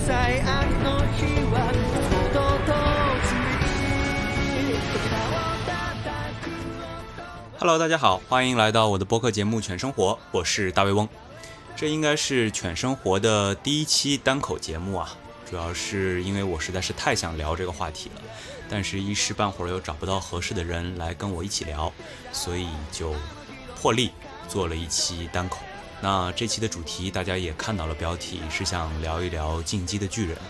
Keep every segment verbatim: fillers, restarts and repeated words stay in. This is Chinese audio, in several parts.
最愛の日はとと哈喽，大家好，欢迎来到我的播客节目《犬生活》，我是大卫翁。这应该是《犬生活》的第一期单口节目啊，主要是因为我实在是太想聊这个话题了，但是一时半会儿又找不到合适的人来跟我一起聊，所以就破例做了一期单口。那这期的主题大家也看到了，标题是想聊一聊《进击的巨人》。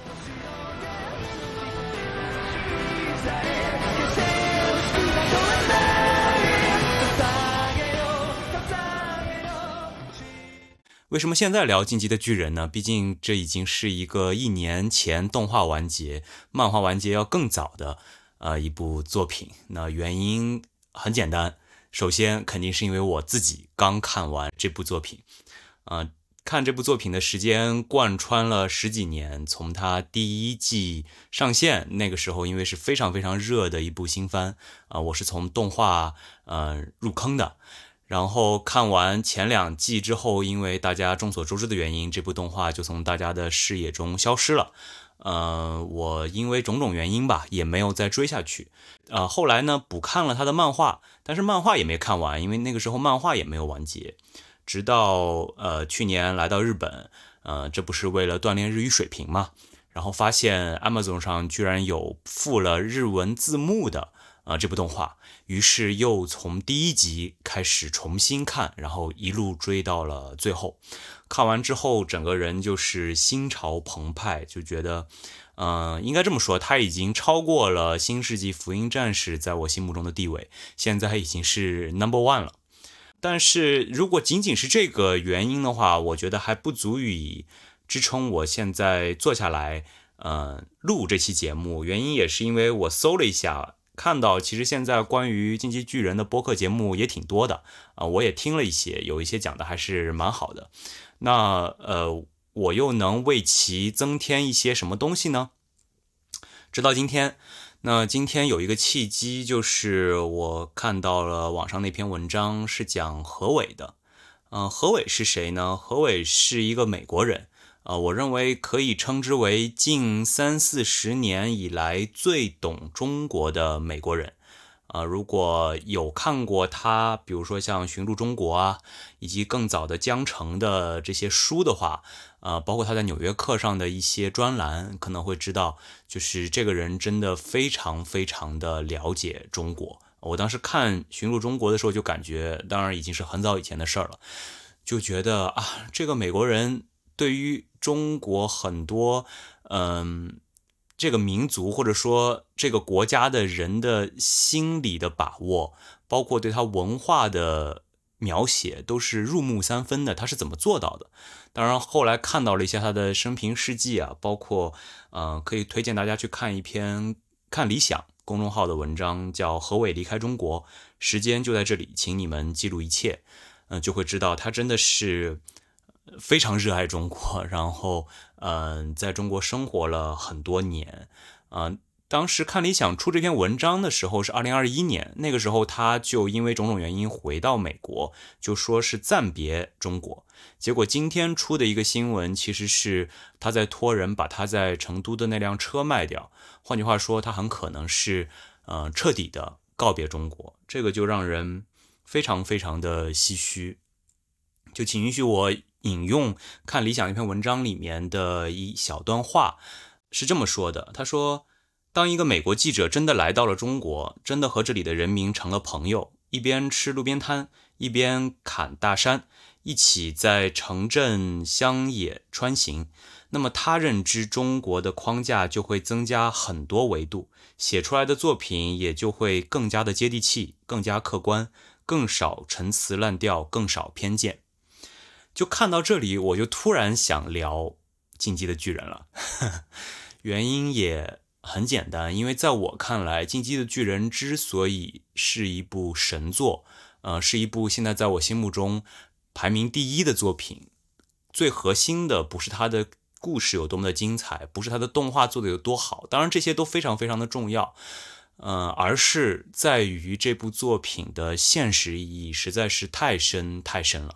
为什么现在聊《进击的巨人》呢？毕竟这已经是一个一年前动画完结、漫画完结要更早的呃一部作品。那原因很简单，首先肯定是因为我自己刚看完这部作品，呃，看这部作品的时间贯穿了十几年，从它第一季上线那个时候，因为是非常非常热的一部新番啊、呃，我是从动画呃入坑的。然后看完前两季之后，因为大家众所周知的原因，这部动画就从大家的视野中消失了。呃，我因为种种原因吧，也没有再追下去。呃，后来呢，补看了他的漫画，但是漫画也没看完，因为那个时候漫画也没有完结。直到呃去年来到日本，呃，这不是为了锻炼日语水平嘛？然后发现 Amazon 上居然有附了日文字幕的呃这部动画。于是又从第一集开始重新看，然后一路追到了最后。看完之后整个人就是心潮澎湃，就觉得呃，应该这么说，他已经超过了新世纪福音战士在我心目中的地位，现在已经是 number one 了。但是如果仅仅是这个原因的话，我觉得还不足以支撑我现在坐下来呃录这期节目。原因也是因为我搜了一下，看到其实现在关于进击巨人的播客节目也挺多的啊、呃，我也听了一些，有一些讲的还是蛮好的。那呃，我又能为其增添一些什么东西呢？直到今天，那今天有一个契机，就是我看到了网上那篇文章是讲何伟的。嗯、呃，何伟是谁呢？何伟是一个美国人。呃，我认为可以称之为近三四十年以来最懂中国的美国人。呃，如果有看过他，比如说像《寻路中国》啊，以及更早的江城的这些书的话，呃，包括他在《纽约客》上的一些专栏，可能会知道，就是这个人真的非常非常的了解中国。我当时看《寻路中国》的时候就感觉，当然已经是很早以前的事儿了，就觉得啊，这个美国人对于中国很多嗯，这个民族或者说这个国家的人的心理的把握，包括对他文化的描写，都是入木三分的。他是怎么做到的？当然后来看到了一些他的生平事迹啊，包括呃，可以推荐大家去看一篇看理想公众号的文章，叫何伟离开中国，时间就在这里，请你们记录一切。嗯、呃，就会知道他真的是非常热爱中国，然后嗯、呃，在中国生活了很多年。呃，当时看理想出这篇文章的时候是二零二一年，那个时候他就因为种种原因回到美国，就说是暂别中国。结果今天出的一个新闻，其实是他在托人把他在成都的那辆车卖掉，换句话说，他很可能是呃彻底的告别中国。这个就让人非常非常的唏嘘。就请允许我引用看理想一篇文章里面的一小段话，是这么说的。他说，当一个美国记者真的来到了中国，真的和这里的人民成了朋友，一边吃路边摊，一边砍大山，一起在城镇乡野穿行，那么他认知中国的框架就会增加很多维度，写出来的作品也就会更加的接地气，更加客观，更少陈词滥调，更少偏见。就看到这里，我就突然想聊进击的巨人了。原因也很简单，因为在我看来，进击的巨人之所以是一部神作，呃，是一部现在在我心目中排名第一的作品，最核心的不是它的故事有多么的精彩，不是它的动画做的有多好，当然这些都非常非常的重要，呃，而是在于这部作品的现实意义实在是太深太深了。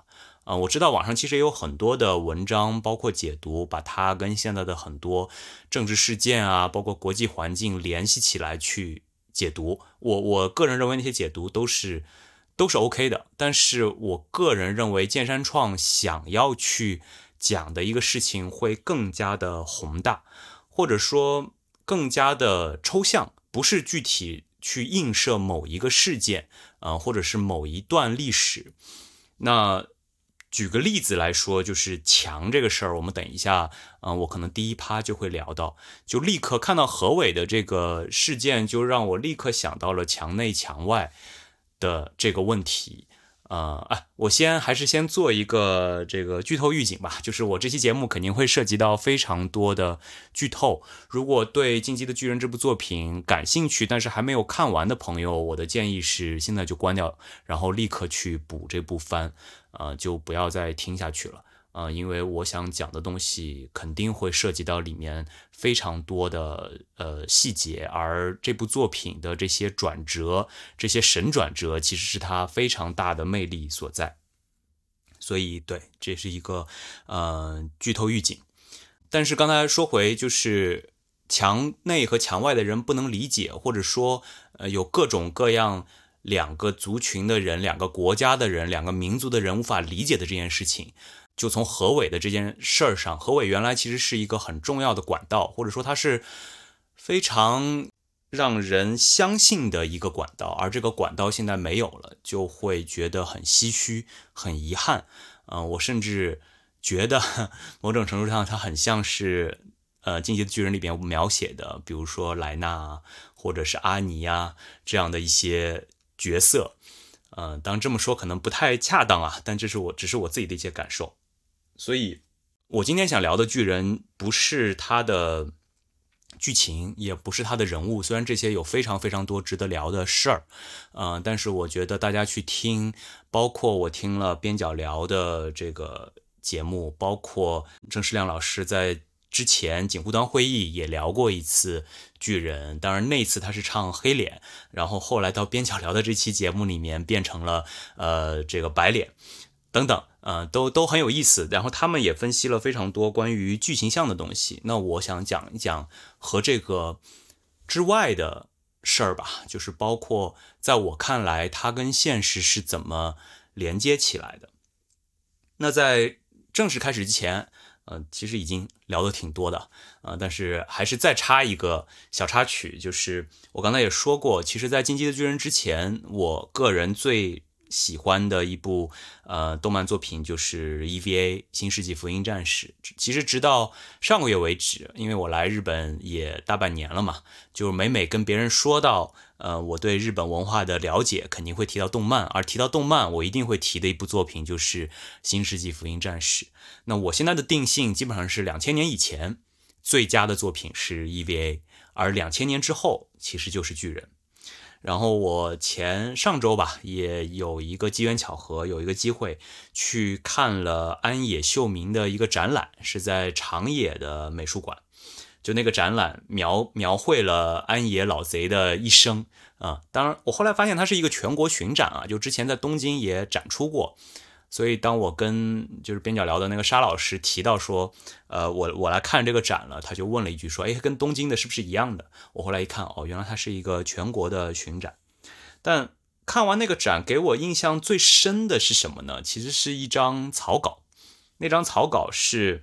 啊、呃，我知道网上其实也有很多的文章，包括解读，把它跟现在的很多政治事件啊，包括国际环境联系起来去解读。我我个人认为那些解读都是都是 OK 的，但是我个人认为剑山创想要去讲的一个事情会更加的宏大，或者说更加的抽象，不是具体去映射某一个事件，呃，或者是某一段历史。那举个例子来说，就是墙这个事儿，我们等一下，嗯、呃，我可能第一趴就会聊到，就立刻看到何伟的这个事件，就让我立刻想到了墙内墙外的这个问题。呃，啊，我先还是先做一个这个剧透预警吧，就是我这期节目肯定会涉及到非常多的剧透。如果对《进击的巨人》这部作品感兴趣，但是还没有看完的朋友，我的建议是现在就关掉，然后立刻去补这部番，呃，就不要再听下去了。呃，因为我想讲的东西肯定会涉及到里面非常多的呃细节，而这部作品的这些转折，这些神转折，其实是它非常大的魅力所在。所以，对，这是一个呃剧透预警。但是刚才说回，就是墙内和墙外的人不能理解，或者说呃有各种各样两个族群的人、两个国家的人、两个民族的人无法理解的这件事情。就从何伟的这件事儿上，何伟原来其实是一个很重要的管道，或者说它是非常让人相信的一个管道，而这个管道现在没有了，就会觉得很唏嘘、很遗憾。嗯、呃，我甚至觉得某种程度上，它很像是呃《进击的巨人》里边描写的，比如说莱纳或者是阿尼呀这样的一些角色。嗯、呃，当然这么说可能不太恰当啊，但这是我只是我自己的一些感受。所以我今天想聊的巨人不是他的剧情，也不是他的人物，虽然这些有非常非常多值得聊的事儿，呃，但是我觉得大家去听，包括我听了边角聊的这个节目，包括郑世亮老师在之前锦湖端会议也聊过一次巨人，当然那次他是唱黑脸，然后后来到边角聊的这期节目里面变成了呃这个白脸等等，呃，都都很有意思。然后他们也分析了非常多关于剧情向的东西。那我想讲一讲和这个之外的事儿吧，就是包括在我看来，它跟现实是怎么连接起来的。那在正式开始之前，呃，其实已经聊得挺多的，呃，但是还是再插一个小插曲，就是我刚才也说过，其实在《进击的巨人》之前，我个人最喜欢的一部呃动漫作品就是 E V A 新世纪福音战士。其实直到上个月为止，因为我来日本也大半年了嘛，就是每每跟别人说到呃我对日本文化的了解，肯定会提到动漫，而提到动漫我一定会提的一部作品就是新世纪福音战士。那我现在的定性基本上是两千年以前最佳的作品是 E V A， 而两千年之后其实就是巨人。然后我前上周吧，也有一个机缘巧合，有一个机会去看了安野秀明的一个展览，是在长野的美术馆。就那个展览描描绘了安野老贼的一生啊、呃。当然，我后来发现它是一个全国巡展啊，就之前在东京也展出过。所以当我跟就是边角聊的那个沙老师提到说，呃，我我来看这个展了，他就问了一句说，哎，跟东京的是不是一样的？我后来一看，哦，原来它是一个全国的巡展。但看完那个展，给我印象最深的是什么呢？其实是一张草稿，那张草稿是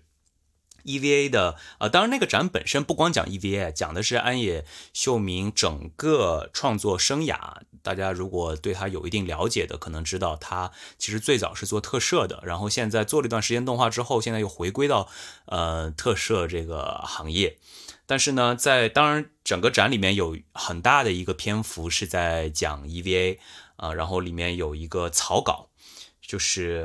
E V A 的，呃，当然那个展本身不光讲 E V A， 讲的是安野秀明整个创作生涯。大家如果对他有一定了解的，可能知道他其实最早是做特摄的，然后现在做了一段时间动画之后，现在又回归到呃特摄这个行业。但是呢，在当然整个展里面有很大的一个篇幅是在讲 E V A 啊、呃，然后里面有一个草稿，就是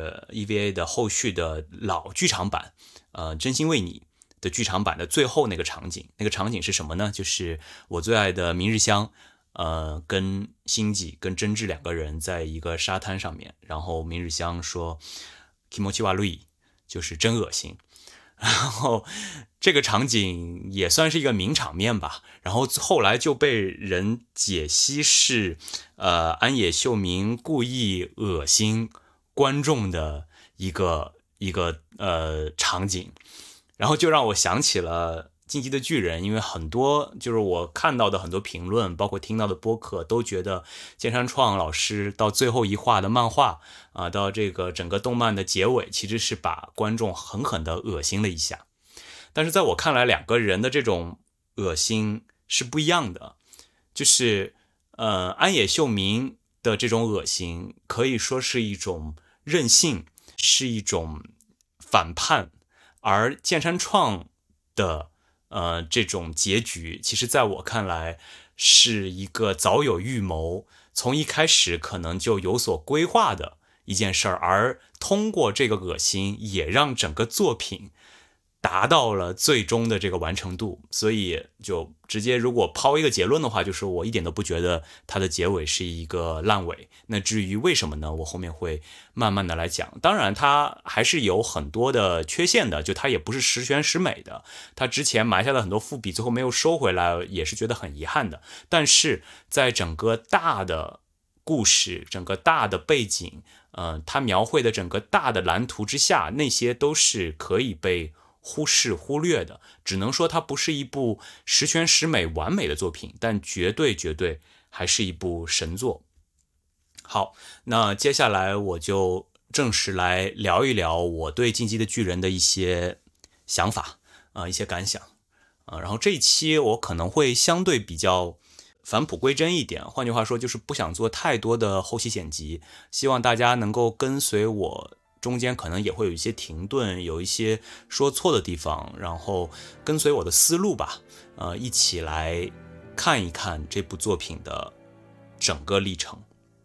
E V A 的后续的老剧场版。呃，真心为你的剧场版的最后那个场景，那个场景是什么呢？就是我最爱的明日香，呃，跟星际跟真治两个人在一个沙滩上面，然后明日香说 "Kimochi warui"，就是真恶心。然后这个场景也算是一个名场面吧。然后后来就被人解析是，呃，安野秀明故意恶心观众的一个一个呃场景，然后就让我想起了进击的巨人，因为很多就是我看到的很多评论，包括听到的播客，都觉得剑山创老师到最后一话的漫画啊，到这个整个动漫的结尾，其实是把观众狠狠的恶心了一下。但是在我看来，两个人的这种恶心是不一样的，就是呃，安野秀明的这种恶心可以说是一种任性，是一种反叛，而剑山创的呃这种结局，其实在我看来是一个早有预谋，从一开始可能就有所规划的一件事儿，而通过这个恶心，也让整个作品达到了最终的这个完成度。所以就直接如果抛一个结论的话，就是我一点都不觉得它的结尾是一个烂尾。那至于为什么呢，我后面会慢慢的来讲。当然它还是有很多的缺陷的，就它也不是十全十美的，它之前埋下的很多伏笔最后没有收回来，也是觉得很遗憾的。但是在整个大的故事，整个大的背景，呃，它描绘的整个大的蓝图之下，那些都是可以被忽视忽略的，只能说它不是一部十全十美完美的作品，但绝对绝对还是一部神作。好，那接下来我就正式来聊一聊我对进击的巨人的一些想法啊、呃，一些感想啊、呃。然后这一期我可能会相对比较返璞归真一点，换句话说就是不想做太多的后期剪辑，希望大家能够跟随我，中间可能也会有一些停顿，有一些说错的地方，然后跟随我的思路吧，呃，一起来看一看这部作品的整个历程。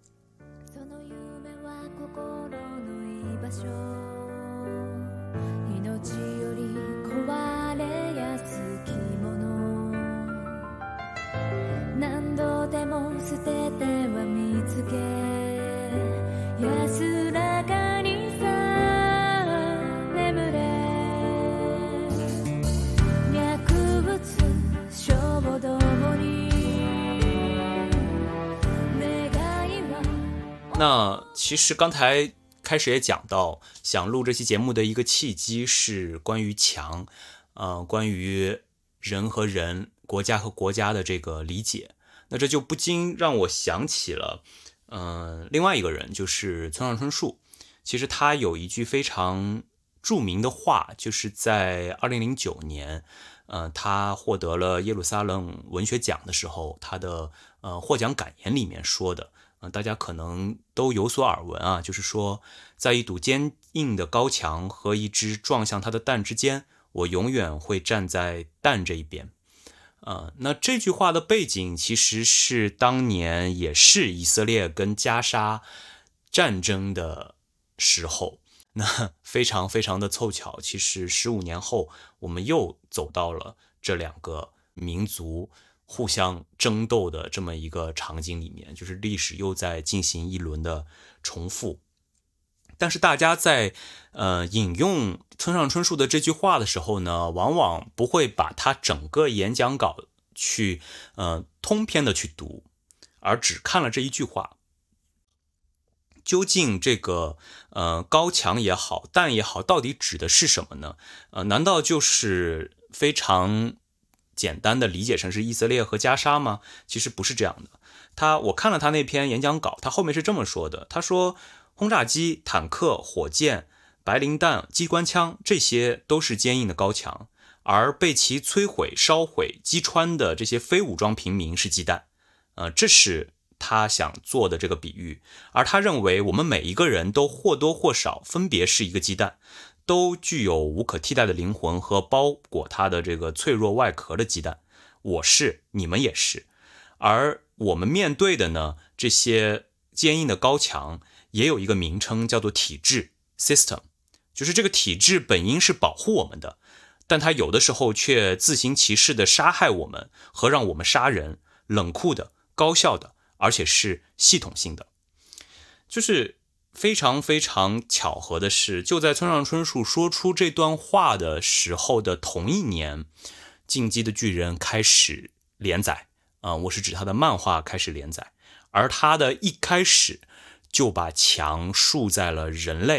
那其实刚才开始也讲到，想录这期节目的一个契机是关于墙，呃，关于人和人、国家和国家的这个理解。那这就不禁让我想起了，呃，另外一个人，就是村上春树。其实他有一句非常著名的话，就是在二零零九年，呃，他获得了耶路撒冷文学奖的时候，他的呃获奖感言里面说的。大家可能都有所耳闻啊，就是说，在一堵坚硬的高墙和一只撞向它的蛋之间，我永远会站在蛋这一边。呃，那这句话的背景其实是当年也是以色列跟加沙战争的时候，那非常非常的凑巧，其实十五年后我们又走到了这两个民族互相争斗的这么一个场景里面，就是历史又在进行一轮的重复。但是大家在呃引用村上春树的这句话的时候呢，往往不会把他整个演讲稿去呃通篇的去读，而只看了这一句话。究竟这个呃高墙也好，蛋也好，到底指的是什么呢？呃，难道就是非常简单的理解成是以色列和加沙吗？其实不是这样的。他我看了他那篇演讲稿，他后面是这么说的，他说轰炸机、坦克、火箭、白磷弹、机关枪，这些都是坚硬的高墙，而被其摧毁、烧毁、击穿的这些非武装平民是鸡蛋。呃，这是他想做的这个比喻。而他认为我们每一个人都或多或少分别是一个鸡蛋，都具有无可替代的灵魂和包裹它的这个脆弱外壳的鸡蛋。我是，你们也是。而我们面对的呢，这些坚硬的高墙也有一个名称，叫做体制 system， 就是这个体制本应是保护我们的，但它有的时候却自行其事的杀害我们和让我们杀人，冷酷的、高效的，而且是系统性的。就是非常非常巧合的是，就在村上春树说出这段话的时候的同一年，进击的巨人开始连载啊、呃，我是指他的漫画开始连载，而他的一开始就把墙竖在了人类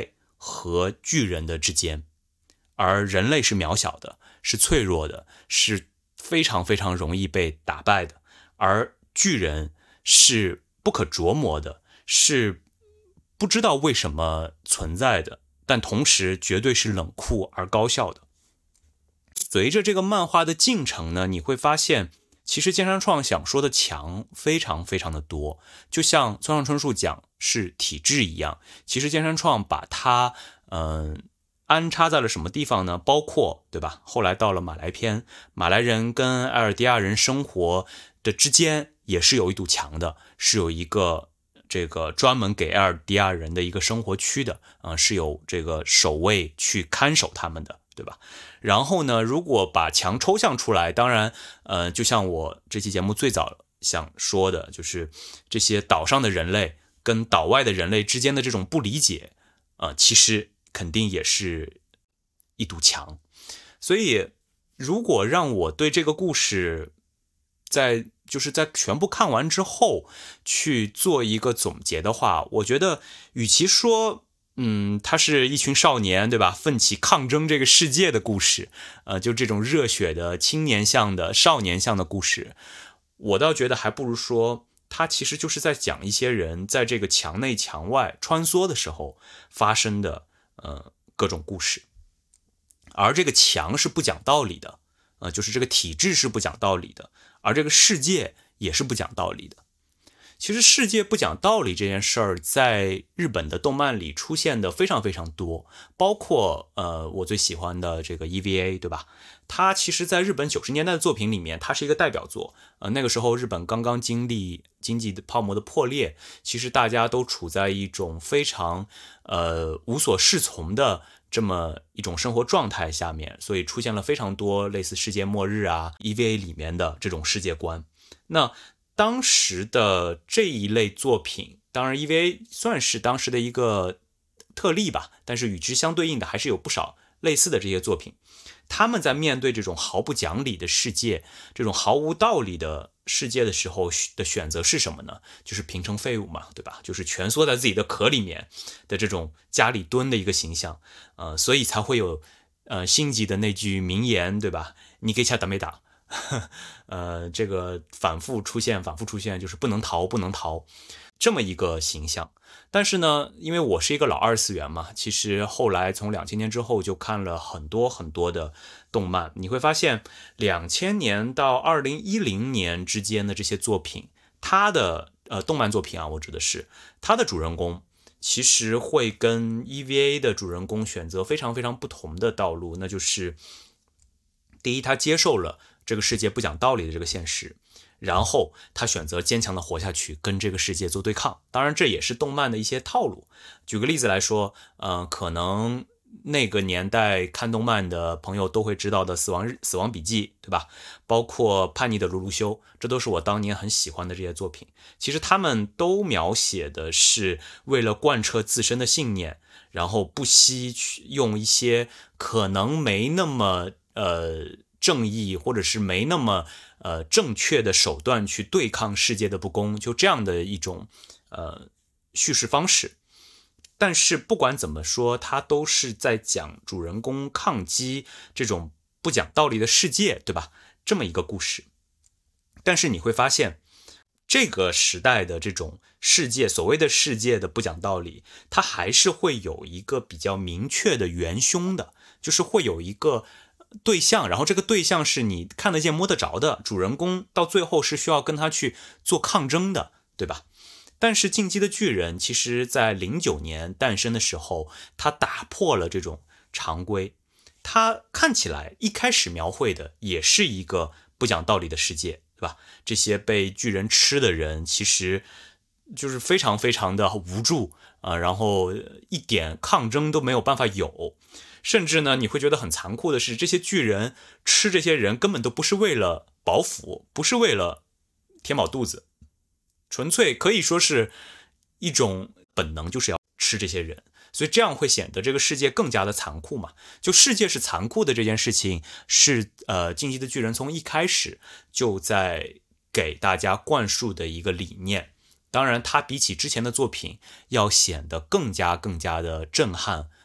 和巨人的之间，而人类是渺小的，是脆弱的，是非常非常容易被打败的，而巨人是不可琢磨的，是不知道为什么存在的，但同时绝对是冷酷而高效的。随着这个漫画的进程呢，你会发现其实剑山创想说的强非常非常的多，就像村上春树讲是体制一样，其实剑山创把它嗯、呃、安插在了什么地方呢？包括对吧？后来到了马来篇，马来人跟埃尔迪亚人生活的之间也是有一堵墙的，是有一个这个专门给埃尔迪亚人的一个生活区的，啊、呃，是有这个守卫去看守他们的，对吧？然后呢，如果把墙抽象出来，当然，呃，就像我这期节目最早想说的，就是这些岛上的人类跟岛外的人类之间的这种不理解，呃，其实肯定也是一堵墙。所以，如果让我对这个故事在就是在全部看完之后去做一个总结的话，我觉得与其说嗯，它是一群少年，对吧？奋起抗争这个世界的故事，呃，就这种热血的青年向的少年向的故事，我倒觉得还不如说，它其实就是在讲一些人在这个墙内墙外穿梭的时候发生的呃各种故事，而这个墙是不讲道理的，呃，就是这个体制是不讲道理的，而这个世界也是不讲道理的。其实世界不讲道理这件事儿在日本的动漫里出现的非常非常多，包括呃我最喜欢的这个 E V A， 对吧？它其实在日本九十年代的作品里面，它是一个代表作。呃那个时候日本刚刚经历经济的泡沫的破裂，其实大家都处在一种非常呃无所适从的这么一种生活状态下面，所以出现了非常多类似世界末日啊 E V A 里面的这种世界观。那当时的这一类作品，当然 E V A 算是当时的一个特例吧，但是与之相对应的还是有不少类似的这些作品。他们在面对这种毫不讲理的世界，这种毫无道理的世界的时候的选择是什么呢？就是平成废物嘛，对吧？就是蜷缩在自己的壳里面的这种家里蹲的一个形象，呃，所以才会有呃辛吉的那句名言，对吧？你给恰打没打？呃，这个反复出现，反复出现，就是不能逃，不能逃，这么一个形象。但是呢，因为我是一个老二次元嘛，其实后来从两千年之后就看了很多很多的动漫，你会发现两千年到二零一零年之间的这些作品，它的呃动漫作品啊，我指的是它的主人公其实会跟 E V A 的主人公选择非常非常不同的道路，那就是第一，他接受了这个世界不讲道理的这个现实，然后他选择坚强的活下去，跟这个世界做对抗。当然这也是动漫的一些套路。举个例子来说，呃，可能那个年代看动漫的朋友都会知道的死亡死亡笔记，对吧？包括叛逆的鲁鲁修，这都是我当年很喜欢的这些作品。其实他们都描写的是为了贯彻自身的信念，然后不惜去用一些可能没那么呃正义或者是没那么呃正确的手段去对抗世界的不公，就这样的一种呃叙事方式。但是不管怎么说，它都是在讲主人公抗击这种不讲道理的世界，对吧？这么一个故事。但是你会发现，这个时代的这种世界，所谓的世界的不讲道理，它还是会有一个比较明确的元凶的，就是会有一个对象，然后这个对象是你看得见摸得着的，主人公到最后是需要跟他去做抗争的，对吧？但是进击的巨人其实在零九年诞生的时候，他打破了这种常规，他看起来一开始描绘的也是一个不讲道理的世界，对吧？这些被巨人吃的人其实就是非常非常的无助啊、呃，然后一点抗争都没有办法有。甚至呢，你会觉得很残酷的是，这些巨人吃这些人根本都不是为了饱腹，不是为了填饱肚子，纯粹可以说是一种本能，就是要吃这些人。所以这样会显得这个世界更加的残酷嘛。就世界是残酷的这件事情，是呃进击的巨人从一开始就在给大家灌输的一个理念。当然它比起之前的作品要显得更加更加的震撼，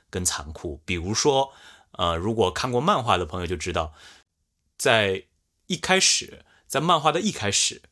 跟残酷。比如说，呃，如果看过漫画的朋友就知道，在一开始，在漫画的一开始，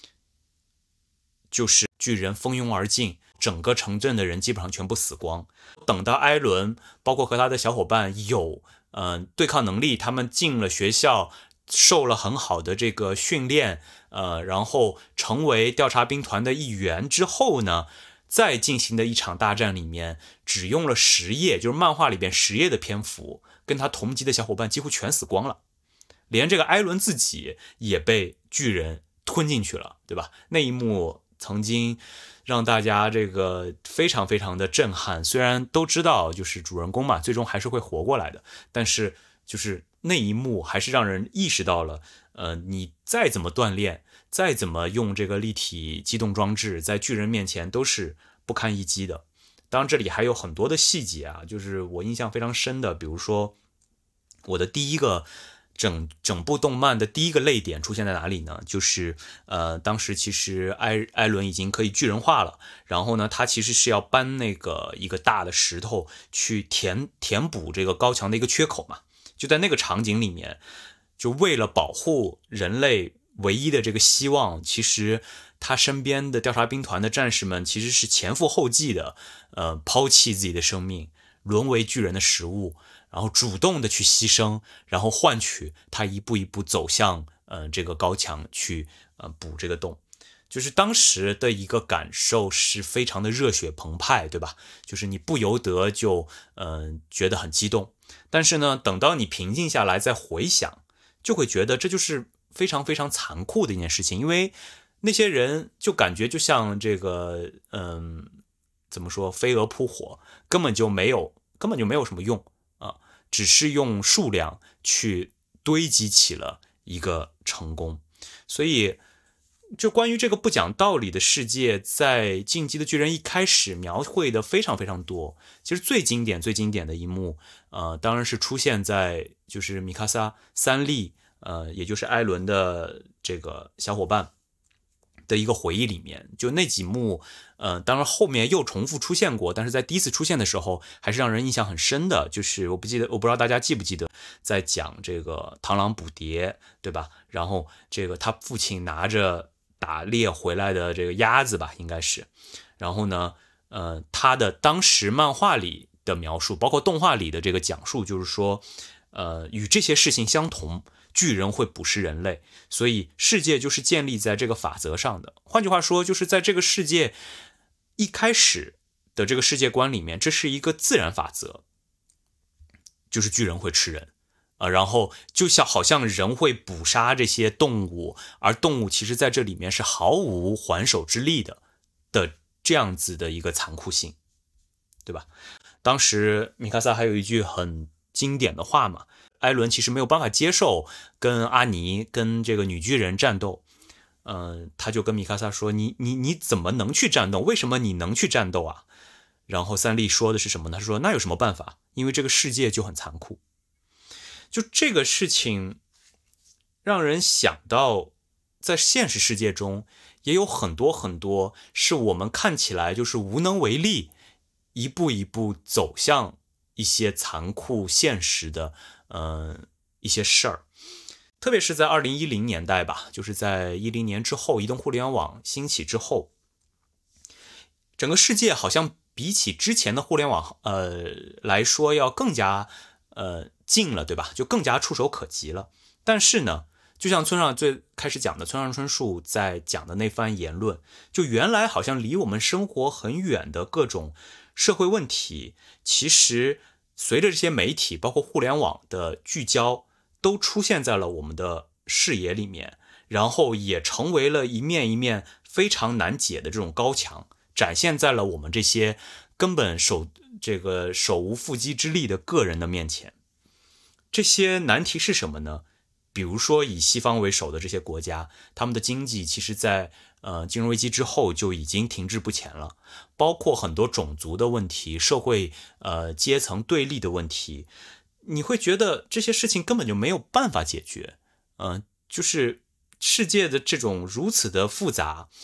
就是巨人蜂拥而进，整个城镇的人基本上全部死光。等到艾伦包括和他的小伙伴有嗯、呃、对抗能力，他们进了学校，受了很好的这个训练，呃，然后成为调查兵团的一员之后呢，再进行的一场大战里面，只用了十页，就是漫画里边十页的篇幅，跟他同级的小伙伴几乎全死光了，连这个艾伦自己也被巨人吞进去了，对吧？那一幕曾经让大家这个非常非常的震撼，虽然都知道就是主人公嘛，最终还是会活过来的，但是就是那一幕还是让人意识到了，呃，你再怎么锻炼，再怎么用这个立体机动装置，在巨人面前都是不堪一击的。当然这里还有很多的细节啊，就是我印象非常深的，比如说我的第一个整整部动漫的第一个泪点出现在哪里呢？就是呃，当时其实艾艾伦已经可以巨人化了，然后呢，他其实是要搬那个一个大的石头去填填补这个高墙的一个缺口嘛。就在那个场景里面，就为了保护人类唯一的这个希望，其实他身边的调查兵团的战士们其实是前赴后继的，呃，抛弃自己的生命，沦为巨人的食物。然后主动的去牺牲，然后换取他一步一步走向呃这个高墙去呃补这个洞，就是当时的一个感受是非常的热血澎湃，对吧？就是你不由得就嗯、呃、觉得很激动，但是呢，等到你平静下来再回想，就会觉得这就是非常非常残酷的一件事情，因为那些人就感觉就像这个嗯、呃、怎么说飞蛾扑火，根本就没有根本就没有什么用。只是用数量去堆积起了一个成功，所以就关于这个不讲道理的世界，在《进击的巨人》一开始描绘的非常非常多。其实最经典、最经典的一幕，呃，当然是出现在就是米卡萨、三笠，呃，也就是艾伦的这个小伙伴的一个回忆里面，就那几幕，呃，当然后面又重复出现过，但是在第一次出现的时候，还是让人印象很深的。就是我不记得，我不知道大家记不记得，在讲这个螳螂捕蝶，对吧？然后这个他父亲拿着打猎回来的这个鸭子吧，应该是，然后呢，呃，他的当时漫画里的描述，包括动画里的这个讲述，就是说，呃，与这些事情相同。巨人会捕食人类，所以世界就是建立在这个法则上的。换句话说，就是在这个世界一开始的这个世界观里面，这是一个自然法则，就是巨人会吃人，呃，然后就像好像人会捕杀这些动物，而动物其实在这里面是毫无还手之力的的这样子的一个残酷性，对吧？当时米卡萨还有一句很经典的话嘛。艾伦其实没有办法接受跟阿尼跟这个女巨人战斗，嗯、呃，他就跟米卡萨说：“你你你怎么能去战斗？为什么你能去战斗啊？”然后三笠说的是什么呢？他说：“那有什么办法？因为这个世界就很残酷。”就这个事情让人想到，在现实世界中也有很多很多是我们看起来就是无能为力，一步一步走向一些残酷现实的。嗯，一些事儿，特别是在二零一零年代吧，就是在一零年之后，移动互联网兴起之后，整个世界好像比起之前的互联网，呃来说要更加呃近了，对吧？就更加触手可及了。但是呢，就像村上最开始讲的，村上春树在讲的那番言论，就原来好像离我们生活很远的各种社会问题，其实。随着这些媒体包括互联网的聚焦都出现在了我们的视野里面，然后也成为了一面一面非常难解的这种高墙，展现在了我们这些根本手这个手无缚鸡之力的个人的面前。这些难题是什么呢？比如说以西方为首的这些国家，他们的经济其实在呃金融危机之后就已经停滞不前了，包括很多种族的问题，社会呃阶层对立的问题，你会觉得这些事情根本就没有办法解决，嗯、呃，就是世界的这种如此的复杂，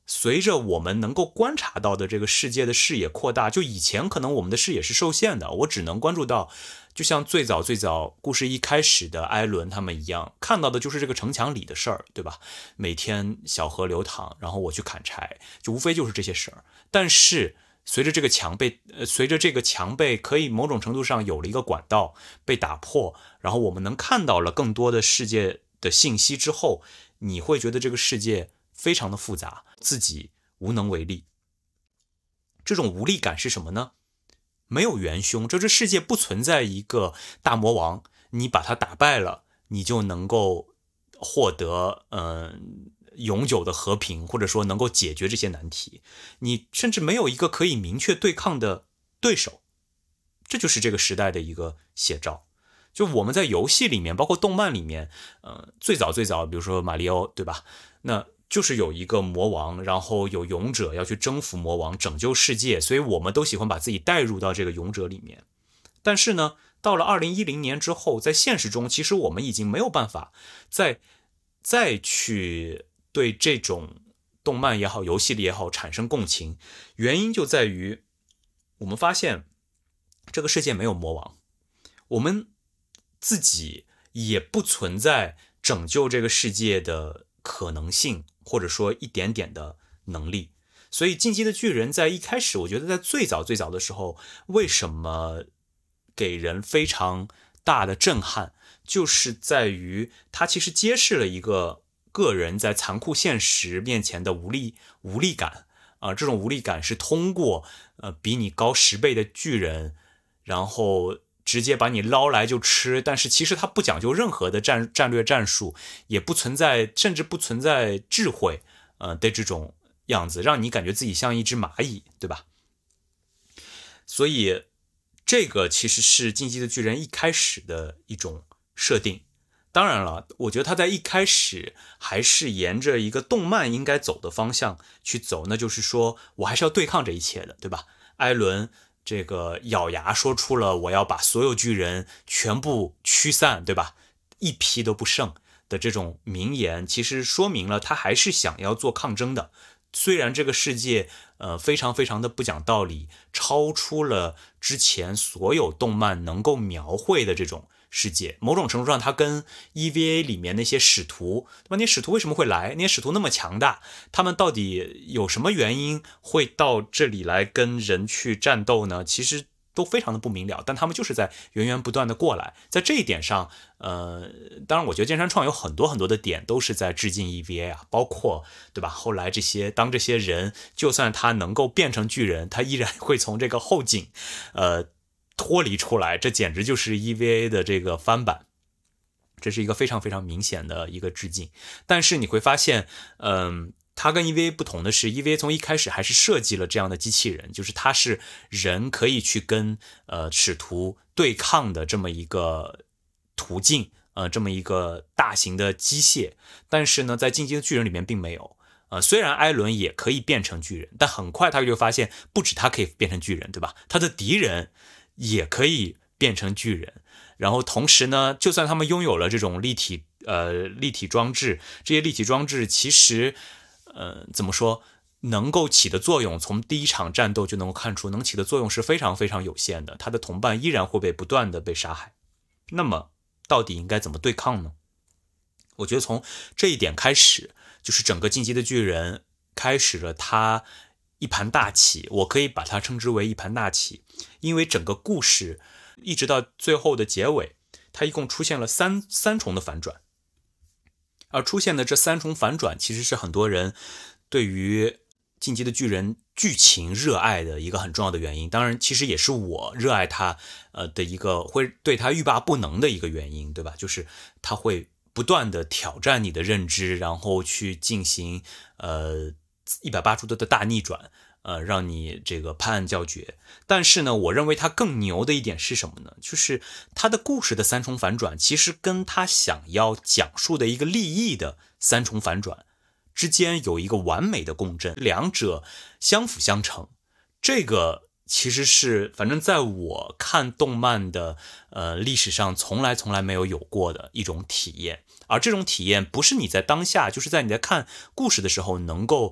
随着我们能够观察到的这个世界的视野扩大，就以前可能我们的视野是受限的，我只能关注到，就像最早最早故事一开始的艾伦他们一样，看到的就是这个城墙里的事儿，对吧？每天小河流淌，然后我去砍柴，就无非就是这些事儿。但是随着这个墙被，呃，随着这个墙被可以某种程度上有了一个管道被打破，然后我们能看到了更多的世界的信息之后，你会觉得这个世界非常的复杂，自己无能为力。这种无力感是什么呢？没有元凶，这这世界不存在一个大魔王，你把他打败了，你就能够获得呃永久的和平，或者说能够解决这些难题。你甚至没有一个可以明确对抗的对手，这就是这个时代的一个写照。就我们在游戏里面，包括动漫里面，呃，最早最早，比如说马里奥，对吧？那就是有一个魔王，然后有勇者要去征服魔王，拯救世界，所以我们都喜欢把自己带入到这个勇者里面。但是呢，到了二零一零年之后，在现实中，其实我们已经没有办法再再去对这种动漫也好，游戏里也好产生共情。原因就在于，我们发现这个世界没有魔王，我们自己也不存在拯救这个世界的可能性，或者说一点点的能力。所以进击的巨人在一开始，我觉得在最早最早的时候，为什么给人非常大的震撼，就是在于它其实揭示了一个个人在残酷现实面前的无力无力感啊、呃，这种无力感是通过呃比你高十倍的巨人，然后直接把你捞来就吃，但是其实它不讲究任何的战战略战术，也不存在，甚至不存在智慧，呃的这种样子，让你感觉自己像一只蚂蚁，对吧？所以这个其实是进击的巨人一开始的一种设定。当然了，我觉得他在一开始还是沿着一个动漫应该走的方向去走，那就是说我还是要对抗这一切的，对吧？艾伦这个咬牙说出了我要把所有巨人全部驱散，对吧？一匹都不剩的这种名言，其实说明了他还是想要做抗争的。虽然这个世界呃非常非常的不讲道理，超出了之前所有动漫能够描绘的这种世界，某种程度上它跟 E V A 里面那些使徒，对吧？那些使徒为什么会来？那些使徒那么强大，他们到底有什么原因会到这里来跟人去战斗呢？其实都非常的不明了，但他们就是在源源不断的过来。在这一点上，呃，当然我觉得剑山创有很多很多的点都是在致敬 E V A 啊，包括对吧？后来这些当这些人就算他能够变成巨人，他依然会从这个后颈，呃。脱离出来，这简直就是 E V A 的这个翻版，这是一个非常非常明显的一个致敬。但是你会发现，嗯，它跟 E V A 不同的是 ，E V A 从一开始还是设计了这样的机器人，就是它是人可以去跟呃使徒对抗的这么一个途径，呃，这么一个大型的机械。但是呢，在进击的巨人里面并没有。呃，虽然艾伦也可以变成巨人，但很快他就发现，不止他可以变成巨人，对吧？他的敌人也可以变成巨人，然后同时呢，就算他们拥有了这种立体呃立体装置，这些立体装置其实呃怎么说，能够起的作用，从第一场战斗就能够看出，能起的作用是非常非常有限的。他的同伴依然会被不断的被杀害。那么到底应该怎么对抗呢？我觉得从这一点开始，就是整个进击的巨人开始了他一盘大棋，我可以把它称之为一盘大棋，因为整个故事一直到最后的结尾，它一共出现了三三重的反转，而出现的这三重反转，其实是很多人对于进击的巨人剧情热爱的一个很重要的原因。当然，其实也是我热爱它呃的一个会对它欲罢不能的一个原因，对吧？就是它会不断的挑战你的认知，然后去进行呃。一百八十度的大逆转，呃，让你这个拍案叫绝。但是呢，我认为它更牛的一点是什么呢？就是它的故事的三重反转，其实跟他想要讲述的一个利益的三重反转之间有一个完美的共振，两者相辅相成。这个其实是反正在我看动漫的呃历史上从来从来没有有过的一种体验。而这种体验不是你在当下，就是在你在看故事的时候能够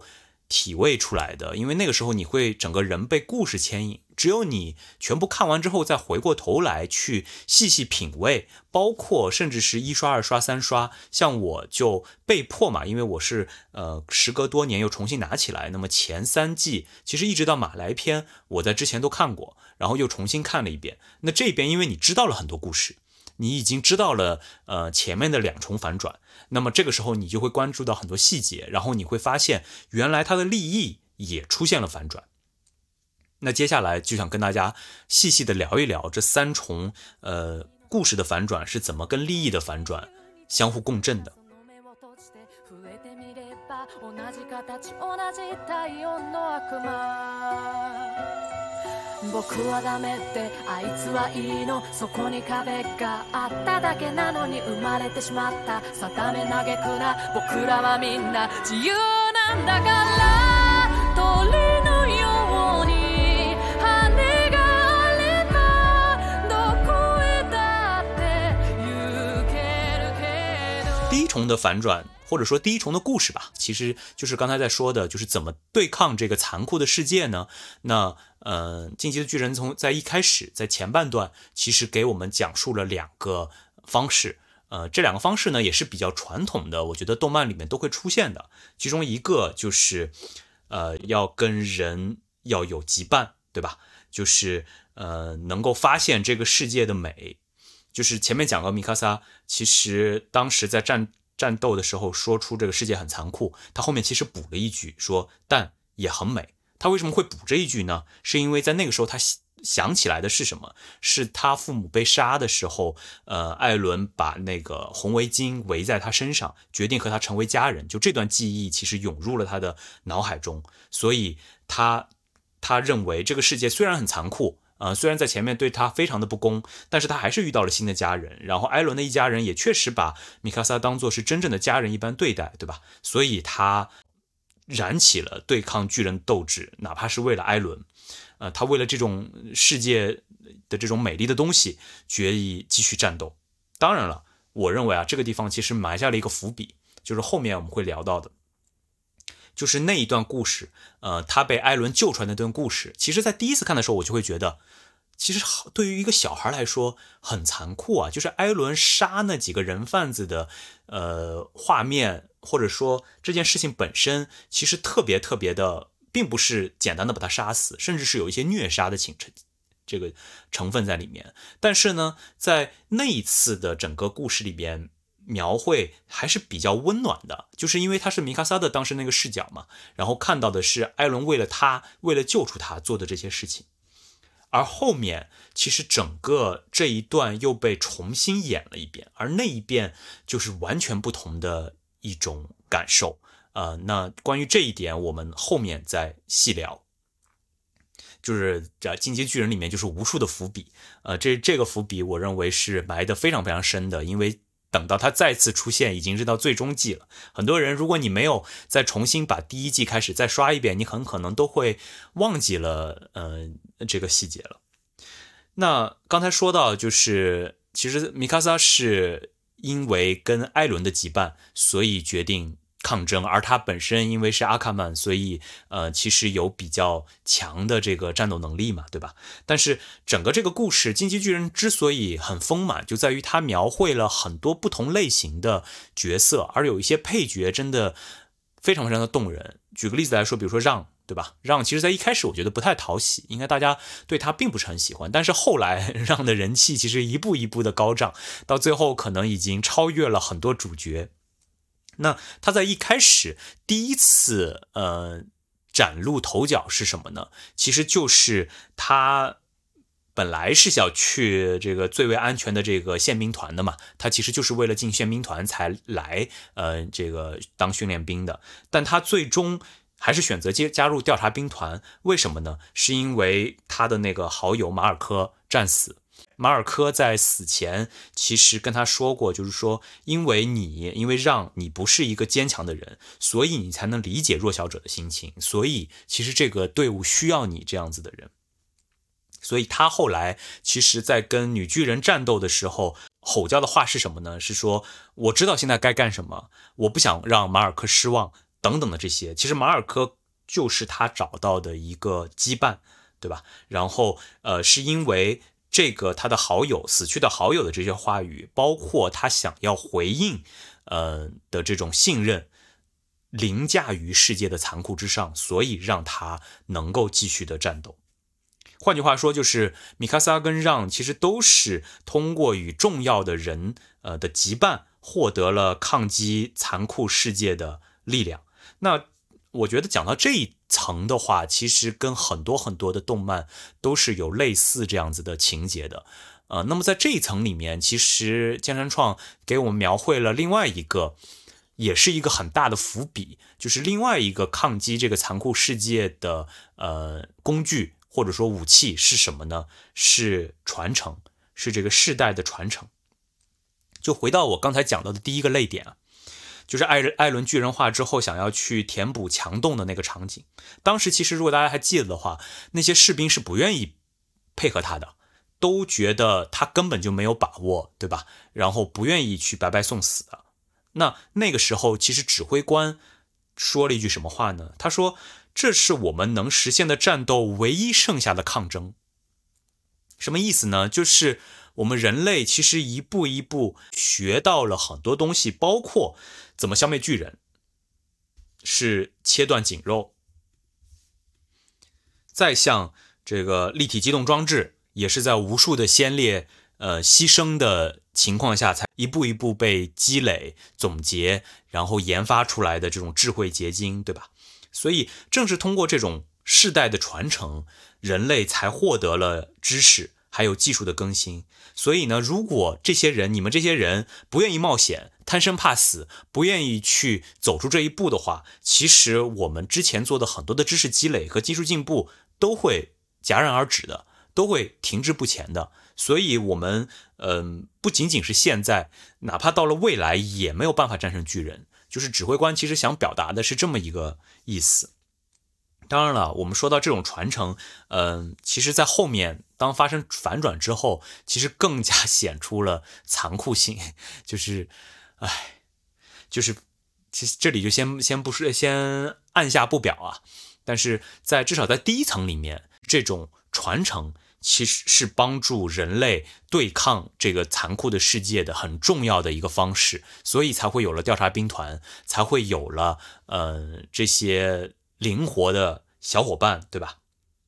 体味出来的，因为那个时候你会整个人被故事牵引，只有你全部看完之后再回过头来去细细品味，包括甚至是一刷二刷三刷，像我就被迫嘛，因为我是呃时隔多年又重新拿起来，那么前三季其实一直到马来篇我在之前都看过，然后又重新看了一遍。那这边因为你知道了很多故事，你已经知道了呃前面的两重反转，那么这个时候你就会关注到很多细节，然后你会发现原来它的立意也出现了反转。那接下来就想跟大家细细的聊一聊这三重呃故事的反转是怎么跟立意的反转相互共振的。 僕はダメってあいつはいいのそこに壁があっただけなのに生まれてしまった定め嘆くな僕らはみんな自由なんだから鳥のように羽があればどこへだって行けるけど。 第一重的反转或者说第一重的故事吧，其实就是刚才在说的，就是怎么对抗这个残酷的世界呢？那呃，进击的巨人从在一开始在前半段，其实给我们讲述了两个方式，呃，这两个方式呢也是比较传统的，我觉得动漫里面都会出现的。其中一个就是呃，要跟人要有羁绊，对吧？就是呃，能够发现这个世界的美。就是前面讲过米卡萨，其实当时在战。战斗的时候说出这个世界很残酷，他后面其实补了一句说但也很美。他为什么会补这一句呢？是因为在那个时候他想起来的是什么？是他父母被杀的时候，呃，艾伦把那个红围巾围在他身上，决定和他成为家人，就这段记忆其实涌入了他的脑海中，所以他他认为这个世界虽然很残酷，呃，虽然在前面对他非常的不公，但是他还是遇到了新的家人，然后艾伦的一家人也确实把米卡萨当作是真正的家人一般对待，对吧？所以他燃起了对抗巨人斗志，哪怕是为了艾伦，呃，他为了这种世界的这种美丽的东西，决意继续战斗。当然了，我认为啊，这个地方其实埋下了一个伏笔，就是后面我们会聊到的。就是那一段故事，呃，他被艾伦救出来那段故事，其实在第一次看的时候，我就会觉得，其实对于一个小孩来说很残酷啊。就是艾伦杀那几个人贩子的，呃，画面或者说这件事情本身，其实特别特别的，并不是简单的把他杀死，甚至是有一些虐杀的情这个成分在里面。但是呢，在那一次的整个故事里边，描绘还是比较温暖的，就是因为他是米卡萨的当时那个视角嘛，然后看到的是艾伦为了他，为了救出他做的这些事情。而后面其实整个这一段又被重新演了一遍，而那一遍就是完全不同的一种感受。呃，那关于这一点我们后面再细聊。就是这进击巨人里面就是无数的伏笔，呃，这这个伏笔我认为是埋得非常非常深的，因为等到他再次出现已经是到最终季了。很多人如果你没有再重新把第一季开始再刷一遍，你很可能都会忘记了呃这个细节了。那刚才说到就是其实米卡萨是因为跟艾伦的羁绊，所以决定抗争，而他本身因为是阿卡曼，所以呃其实有比较强的这个战斗能力嘛，对吧？但是整个这个故事进击巨人之所以很丰满，就在于他描绘了很多不同类型的角色，而有一些配角真的非常非常的动人。举个例子来说，比如说让，对吧？让其实在一开始我觉得不太讨喜，应该大家对他并不是很喜欢，但是后来让的人气其实一步一步的高涨，到最后可能已经超越了很多主角。那他在一开始第一次呃崭露头角是什么呢？其实就是他本来是想去这个最为安全的这个宪兵团的嘛，他其实就是为了进宪兵团才来呃这个当训练兵的，但他最终还是选择接加入调查兵团。为什么呢？是因为他的那个好友马尔科战死。马尔科在死前其实跟他说过，就是说因为你因为让你不是一个坚强的人，所以你才能理解弱小者的心情，所以其实这个队伍需要你这样子的人。所以他后来其实在跟女巨人战斗的时候吼叫的话是什么呢？是说我知道现在该干什么，我不想让马尔科失望等等的这些。其实马尔科就是他找到的一个羁绊，对吧？然后呃，是因为这个他的好友死去的好友的这些话语，包括他想要回应呃的这种信任，凌驾于世界的残酷之上，所以让他能够继续的战斗。换句话说，就是米卡萨跟让其实都是通过与重要的人呃的羁绊，获得了抗击残酷世界的力量。那我觉得讲到这一层的话，其实跟很多很多的动漫都是有类似这样子的情节的。呃，那么在这一层里面，其实剑山创给我们描绘了另外一个，也是一个很大的伏笔，就是另外一个抗击这个残酷世界的呃工具或者说武器是什么呢？是传承，是这个世代的传承。就回到我刚才讲到的第一个类点啊，就是艾艾伦巨人化之后想要去填补墙洞的那个场景。当时其实如果大家还记得的话，那些士兵是不愿意配合他的，都觉得他根本就没有把握，对吧？然后不愿意去白白送死的。那那个时候其实指挥官说了一句什么话呢？他说，这是我们能实现的战斗唯一剩下的抗争。什么意思呢？就是我们人类其实一步一步学到了很多东西，包括怎么消灭巨人，是切断颈肉，再像这个立体机动装置，也是在无数的先烈呃牺牲的情况下，才一步一步被积累、总结，然后研发出来的这种智慧结晶，对吧？所以正是通过这种世代的传承，人类才获得了知识还有技术的更新。所以呢，如果这些人，你们这些人不愿意冒险，贪生怕死，不愿意去走出这一步的话，其实我们之前做的很多的知识积累和技术进步都会戛然而止的，都会停滞不前的。所以我们嗯、呃，不仅仅是现在，哪怕到了未来也没有办法战胜巨人。就是指挥官其实想表达的是这么一个意思。当然了，我们说到这种传承，嗯、呃，其实在后面当发生反转之后，其实更加显出了残酷性。就是，唉，就是其实这里就先先不说，先按下不表啊。但是在至少在第一层里面，这种传承其实是帮助人类对抗这个残酷的世界的很重要的一个方式，所以才会有了调查兵团，才会有了呃这些灵活的小伙伴，对吧？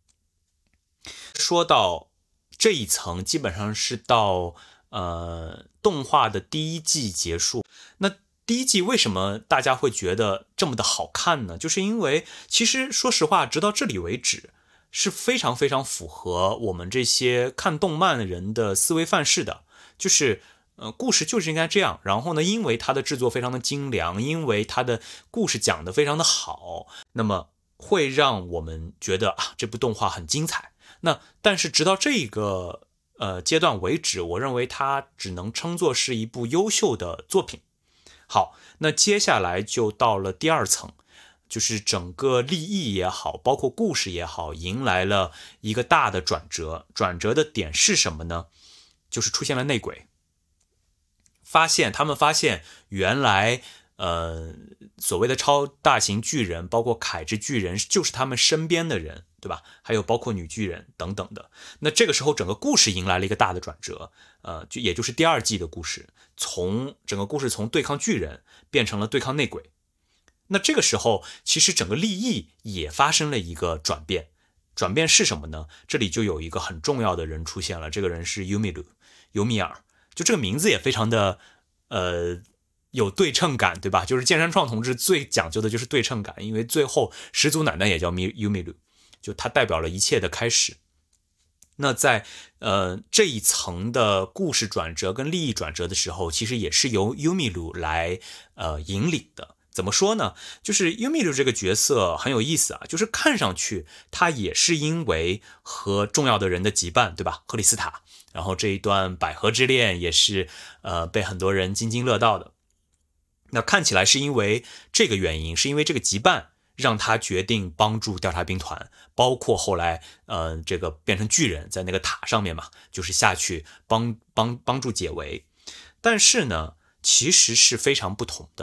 说到这一层，基本上是到呃动画的第一季结束。那第一季为什么大家会觉得这么的好看呢？就是因为其实说实话，直到这里为止，是非常非常符合我们这些看动漫的人的思维范式的，就是呃，故事就是应该这样。然后呢，因为它的制作非常的精良，因为它的故事讲得非常的好，那么会让我们觉得啊，这部动画很精彩。那但是直到这个呃阶段为止，我认为它只能称作是一部优秀的作品。好，那接下来就到了第二层。就是整个立意也好，包括故事也好，迎来了一个大的转折。转折的点是什么呢？就是出现了内鬼。发现他们发现原来呃所谓的超大型巨人，包括凯之巨人，就是他们身边的人，对吧？还有包括女巨人等等的。那这个时候整个故事迎来了一个大的转折，呃，就也就是第二季的故事，从整个故事从对抗巨人变成了对抗内鬼。那这个时候，其实整个立意也发生了一个转变。转变是什么呢？这里就有一个很重要的人出现了，这个人是尤米鲁，尤米尔。就这个名字也非常的，呃，有对称感，对吧？就是剑山创同志最讲究的就是对称感，因为最后始祖奶奶也叫尤米鲁，就它代表了一切的开始。那在呃这一层的故事转折跟利益转折的时候，其实也是由尤米鲁来呃引领的。怎么说呢？就是优米鲁这个角色很有意思啊，就是看上去他也是因为和重要的人的羁绊，对吧？克里斯塔，然后这一段百合之恋也是呃被很多人津津乐道的。那看起来是因为这个原因，是因为这个羁绊让他决定帮助调查兵团，包括后来呃这个变成巨人在那个塔上面嘛，就是下去帮帮帮助解围。但是呢，其实是非常不同的。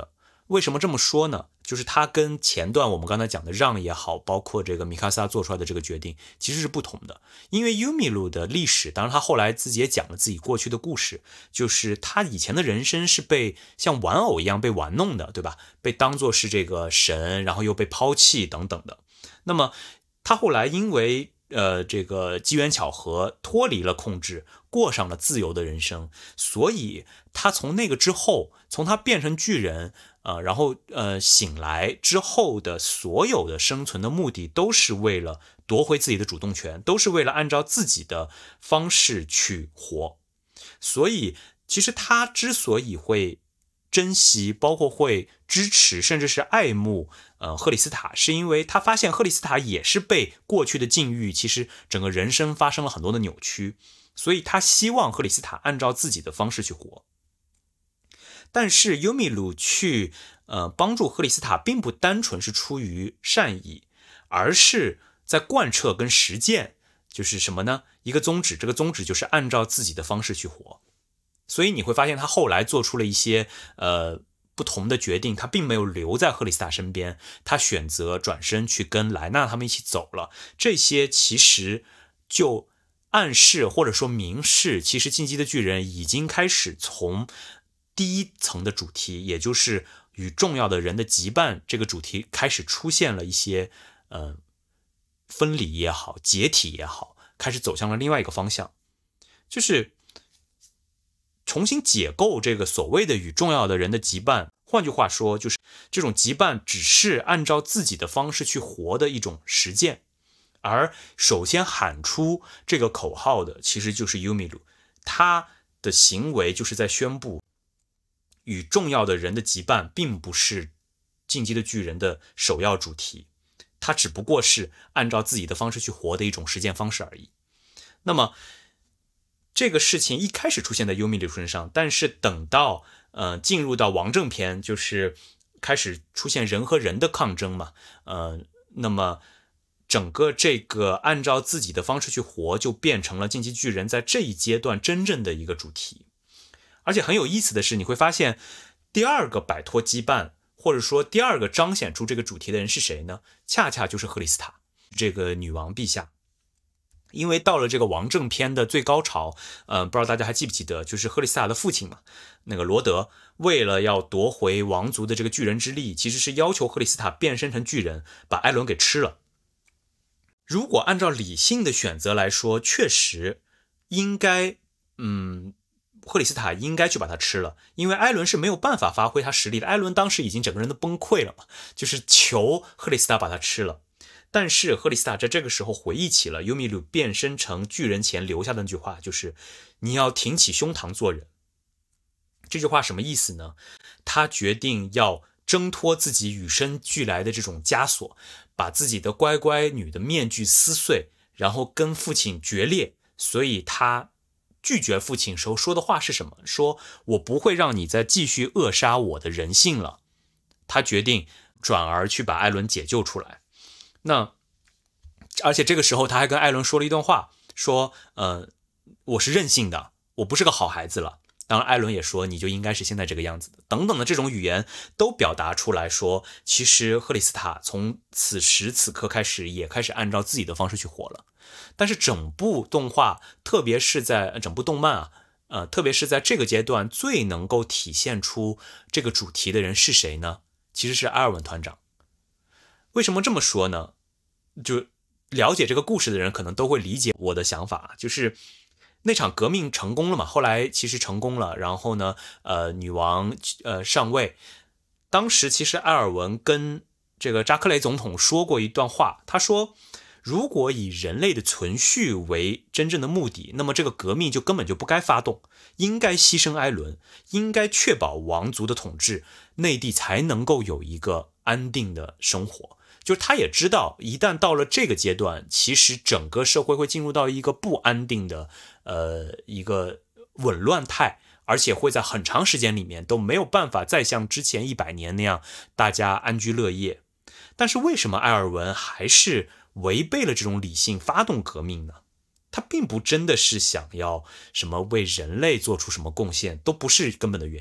为什么这么说呢？就是它跟前段我们刚才讲的让也好，包括这个米卡萨做出来的这个决定其实是不同的。因为优米鲁的历史，当然他后来自己也讲了自己过去的故事，就是他以前的人生是被像玩偶一样被玩弄的，对吧？被当作是这个神，然后又被抛弃等等的。那么他后来因为呃这个机缘巧合脱离了控制，过上了自由的人生，所以他从那个之后，从他变成巨人呃，然后呃醒来之后的所有的生存的目的都是为了夺回自己的主动权，都是为了按照自己的方式去活。所以其实他之所以会珍惜，包括会支持，甚至是爱慕呃赫里斯塔，是因为他发现赫里斯塔也是被过去的境遇，其实整个人生发生了很多的扭曲，所以他希望赫里斯塔按照自己的方式去活。但是优米鲁去呃帮助赫里斯塔，并不单纯是出于善意，而是在贯彻跟实践，就是什么呢？一个宗旨，这个宗旨就是按照自己的方式去活。所以你会发现他后来做出了一些呃不同的决定，他并没有留在赫里斯塔身边，他选择转身去跟莱纳他们一起走了。这些其实就暗示或者说明示，其实进击的巨人已经开始从第一层的主题，也就是与重要的人的羁绊这个主题开始出现了一些呃分离也好，解体也好，开始走向了另外一个方向，就是重新解构这个所谓的与重要的人的羁绊。换句话说，就是这种羁绊只是按照自己的方式去活的一种实践，而首先喊出这个口号的其实就是优米鲁，他的行为就是在宣布与重要的人的羁绊并不是进击的巨人的首要主题，它只不过是按照自己的方式去活的一种实践方式而已。那么这个事情一开始出现在优米鲁身上，但是等到呃进入到王政篇，就是开始出现人和人的抗争嘛，呃，那么整个这个按照自己的方式去活，就变成了进击巨人在这一阶段真正的一个主题。而且很有意思的是，你会发现第二个摆脱羁绊，或者说第二个彰显出这个主题的人是谁呢？恰恰就是赫里斯塔，这个女王陛下。因为到了这个王政篇的最高潮，呃，不知道大家还记不记得，就是赫里斯塔的父亲嘛，那个罗德，为了要夺回王族的这个巨人之力，其实是要求赫里斯塔变身成巨人，把艾伦给吃了。如果按照理性的选择来说，确实应该，嗯。赫里斯塔应该去把他吃了，因为艾伦是没有办法发挥他实力的。艾伦当时已经整个人都崩溃了嘛，就是求赫里斯塔把他吃了。但是赫里斯塔在这个时候回忆起了优米鲁变身成巨人前留下的那句话，就是你要挺起胸膛做人。这句话什么意思呢？他决定要挣脱自己与生俱来的这种枷锁，把自己的乖乖女的面具撕碎，然后跟父亲决裂。所以他拒绝父亲时候说的话是什么？说我不会让你再继续扼杀我的人性了。他决定转而去把艾伦解救出来。那而且这个时候他还跟艾伦说了一段话，说呃，我是任性的，我不是个好孩子了。当然艾伦也说你就应该是现在这个样子的，等等的这种语言都表达出来说，其实赫里斯塔从此时此刻开始也开始按照自己的方式去活了。但是整部动画，特别是在整部动漫啊，呃，特别是在这个阶段最能够体现出这个主题的人是谁呢？其实是埃尔文团长。为什么这么说呢？就了解这个故事的人可能都会理解我的想法，就是那场革命成功了嘛，后来其实成功了，然后呢，呃，女王呃上位。当时其实埃尔文跟这个扎克雷总统说过一段话，他说，如果以人类的存续为真正的目的，那么这个革命就根本就不该发动，应该牺牲埃伦，应该确保王族的统治，内地才能够有一个安定的生活。就是他也知道，一旦到了这个阶段，其实整个社会会进入到一个不安定的呃一个紊乱态，而且会在很长时间里面都没有办法再像之前一百年那样大家安居乐业。但是为什么埃尔文还是违背了这种理性发动革命呢？他并不真的是想要什么为人类做出什么贡献，都不是根本的原因。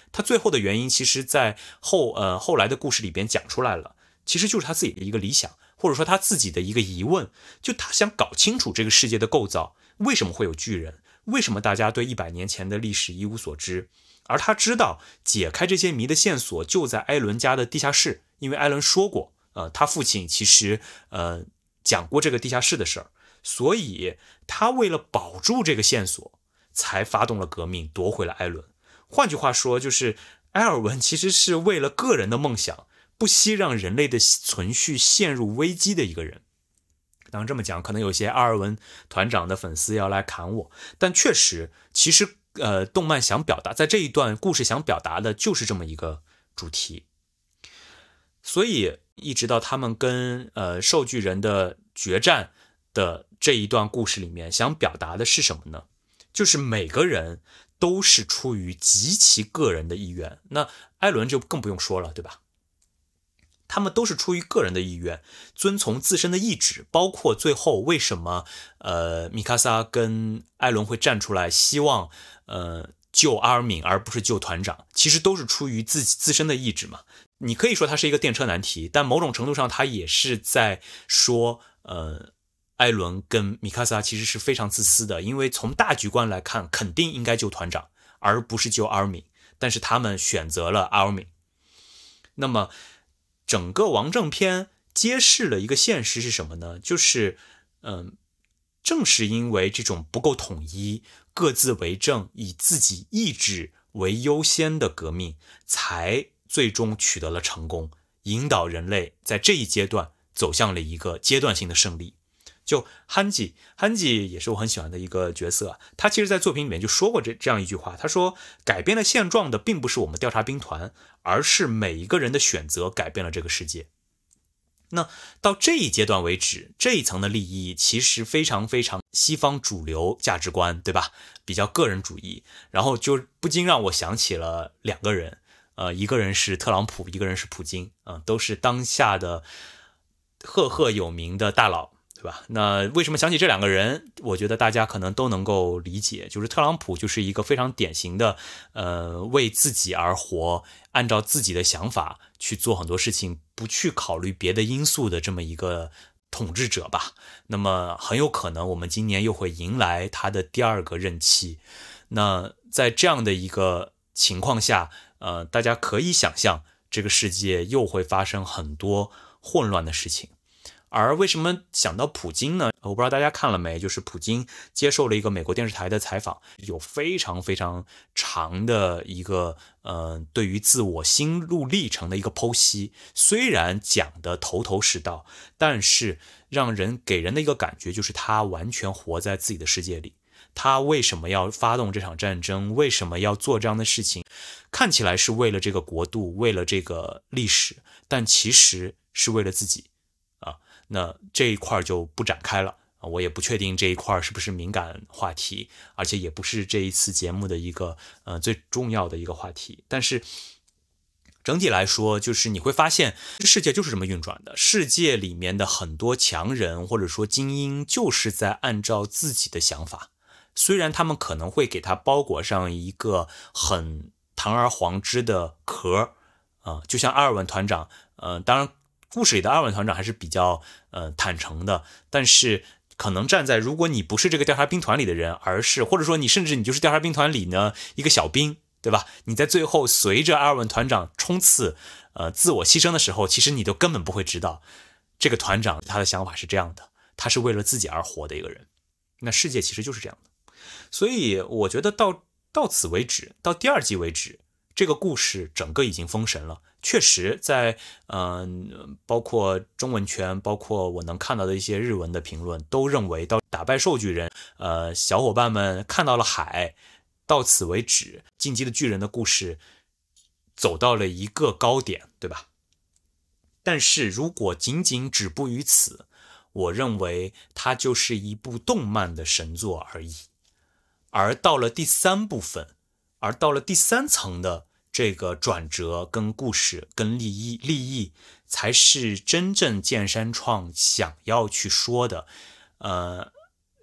他最后的原因，其实在后呃后来的故事里边讲出来了，其实就是他自己的一个理想，或者说他自己的一个疑问，就他想搞清楚这个世界的构造，为什么会有巨人，为什么大家对一百年前的历史一无所知，而他知道解开这些谜的线索就在艾伦家的地下室，因为艾伦说过，呃，他父亲其实呃讲过这个地下室的事儿，所以他为了保住这个线索，才发动了革命，夺回了艾伦。换句话说，就是埃尔文其实是为了个人的梦想，不惜让人类的存续陷入危机的一个人。当然这么讲，可能有些阿尔文团长的粉丝要来砍我，但确实，其实呃，动漫想表达，在这一段故事想表达的就是这么一个主题。所以一直到他们跟呃兽巨人的决战的这一段故事里面，想表达的是什么呢？就是每个人都是出于极其个人的意愿，那艾伦就更不用说了，对吧？他们都是出于个人的意愿，遵从自身的意志，包括最后为什么呃米卡萨跟艾伦会站出来，希望呃救阿尔敏而不是救团长，其实都是出于自己自身的意志嘛。你可以说它是一个电车难题，但某种程度上它也是在说呃艾伦跟米卡萨其实是非常自私的，因为从大局观来看，肯定应该救团长而不是救阿尔敏，但是他们选择了阿尔敏。那么整个王政篇揭示了一个现实是什么呢？就是嗯，正是因为这种不够统一，各自为政，以自己意志为优先的革命，才最终取得了成功，引导人类在这一阶段走向了一个阶段性的胜利。就憨吉，憨吉也是我很喜欢的一个角色，他其实在作品里面就说过这这样一句话，他说改变了现状的并不是我们调查兵团，而是每一个人的选择改变了这个世界。那到这一阶段为止，这一层的利益其实非常非常西方主流价值观，对吧？比较个人主义，然后就不禁让我想起了两个人，呃，一个人是特朗普，一个人是普京，啊、呃，都是当下的赫赫有名的大佬，对吧？那为什么想起这两个人？我觉得大家可能都能够理解，就是特朗普就是一个非常典型的，呃，为自己而活，按照自己的想法去做很多事情，不去考虑别的因素的这么一个统治者吧。那么很有可能我们今年又会迎来他的第二个任期。那在这样的一个情况下，呃，大家可以想象这个世界又会发生很多混乱的事情。而为什么想到普京呢？我不知道大家看了没，就是普京接受了一个美国电视台的采访，有非常非常长的一个呃对于自我心路历程的一个剖析，虽然讲的头头是道，但是让人给人的一个感觉就是他完全活在自己的世界里。他为什么要发动这场战争？为什么要做这样的事情？看起来是为了这个国度，为了这个历史，但其实是为了自己。那这一块就不展开了，我也不确定这一块是不是敏感话题，而且也不是这一次节目的一个呃最重要的一个话题。但是整体来说，就是你会发现世界就是这么运转的，世界里面的很多强人或者说精英就是在按照自己的想法，虽然他们可能会给它包裹上一个很堂而皇之的壳啊、呃，就像阿尔文团长，呃，当然故事里的阿尔文团长还是比较呃坦诚的，但是可能站在如果你不是这个调查兵团里的人，而是或者说你甚至你就是调查兵团里呢一个小兵，对吧？你在最后随着阿尔文团长冲刺，呃，自我牺牲的时候，其实你都根本不会知道这个团长他的想法是这样的，他是为了自己而活的一个人。那世界其实就是这样的，所以我觉得到到此为止，到第二季为止，这个故事整个已经封神了。确实在嗯、呃，包括中文圈，包括我能看到的一些日文的评论，都认为到打败兽巨人，呃，小伙伴们看到了海，到此为止，进击的巨人的故事走到了一个高点，对吧？但是如果仅仅止步于此，我认为它就是一部动漫的神作而已。而到了第三部分，而到了第三层的这个转折跟故事跟利益利益才是真正剑山创想要去说的。呃，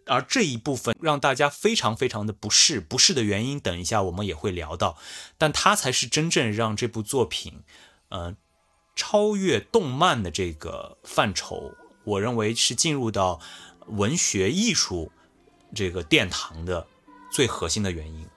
而这一部分让大家非常非常的不适，不适的原因等一下我们也会聊到，但它才是真正让这部作品呃超越动漫的这个范畴，我认为是进入到文学艺术这个殿堂的最核心的原因。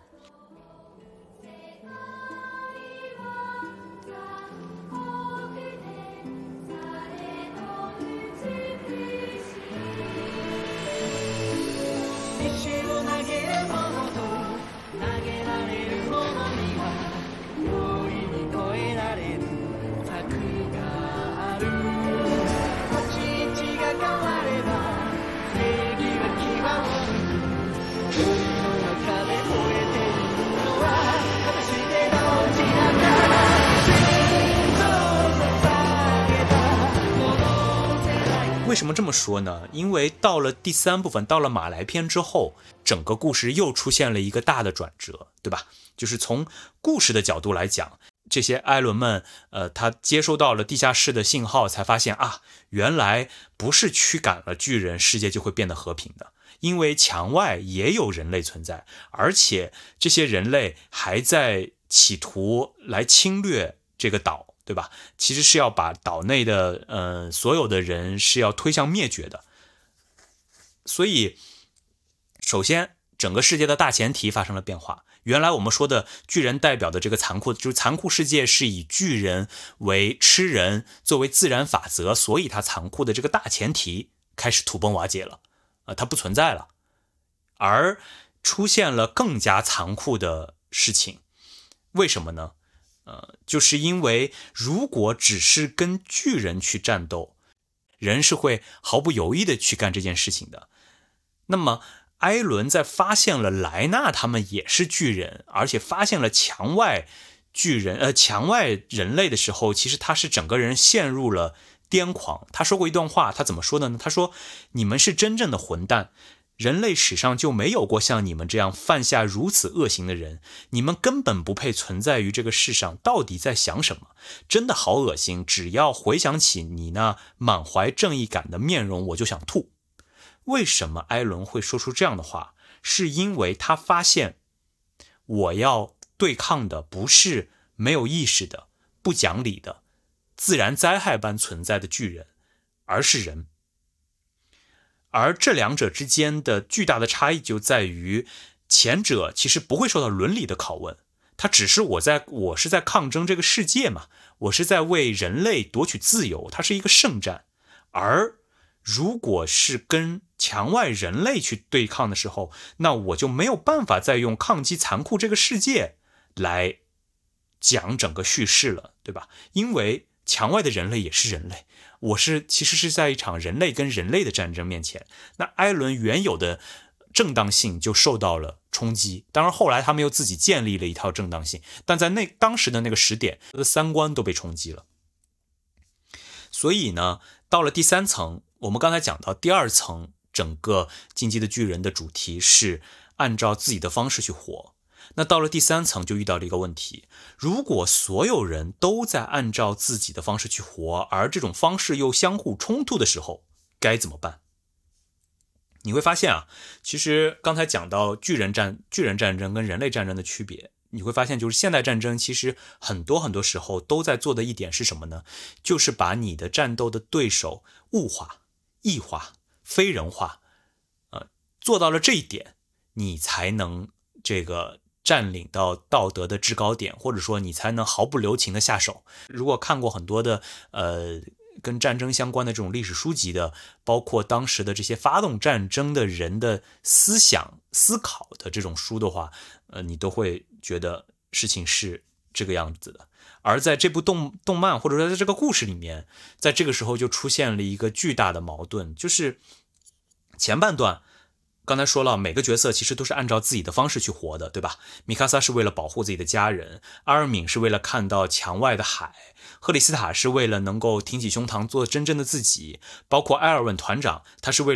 为什么这么说呢？因为到了第三部分，到了马来篇之后，整个故事又出现了一个大的转折，对吧？就是从故事的角度来讲，这些艾伦们，呃，他接收到了地下室的信号，才发现啊，原来不是驱赶了巨人，世界就会变得和平的。因为墙外也有人类存在，而且这些人类还在企图来侵略这个岛，对吧？其实是要把岛内的呃所有的人是要推向灭绝的。所以首先整个世界的大前提发生了变化，原来我们说的巨人代表的这个残酷，就是残酷世界是以巨人为吃人作为自然法则，所以它残酷的这个大前提开始土崩瓦解了，呃，它不存在了，而出现了更加残酷的事情。为什么呢？呃，就是因为如果只是跟巨人去战斗，人是会毫不犹豫的去干这件事情的。那么艾伦在发现了莱纳他们也是巨人，而且发现了墙外巨人呃墙外人类的时候，其实他是整个人陷入了癫狂。他说过一段话，他怎么说的呢？他说：你们是真正的混蛋，人类史上就没有过像你们这样犯下如此恶行的人，你们根本不配存在于这个世上，到底在想什么？真的好恶心，只要回想起你那满怀正义感的面容，我就想吐。为什么艾伦会说出这样的话？是因为他发现我要对抗的不是没有意识的、不讲理的、自然灾害般存在的巨人，而是人。而这两者之间的巨大的差异就在于，前者其实不会受到伦理的拷问，它只是我在我是在抗争这个世界嘛，我是在为人类夺取自由，它是一个圣战。而如果是跟墙外人类去对抗的时候，那我就没有办法再用抗击残酷这个世界来讲整个叙事了，对吧？因为墙外的人类也是人类，我是其实是在一场人类跟人类的战争面前，那艾伦原有的正当性就受到了冲击。当然后来他们又自己建立了一套正当性，但在那当时的那个时点，他的三观都被冲击了。所以呢，到了第三层，我们刚才讲到第二层，整个进击的巨人的主题是按照自己的方式去活。那到了第三层就遇到了一个问题，如果所有人都在按照自己的方式去活，而这种方式又相互冲突的时候，该怎么办？你会发现啊，其实刚才讲到巨人战巨人战争跟人类战争的区别，你会发现就是现代战争其实很多很多时候都在做的一点是什么呢？就是把你的战斗的对手物化、异化、非人化，呃，做到了这一点，你才能这个占领到道德的制高点，或者说你才能毫不留情的下手。如果看过很多的呃跟战争相关的这种历史书籍的，包括当时的这些发动战争的人的思想思考的这种书的话，呃，你都会觉得事情是这个样子的。而在这部动动漫或者说在这个故事里面，在这个时候就出现了一个巨大的矛盾，就是前半段刚才说了，每个角色其实都是按照自己的方式去活的，对吧？米卡萨是为了保护自己的家人，阿尔敏是为了看到墙外的海，赫里斯塔是为了能够挺起胸膛做真正的自己，包括埃尔文团长，他是为了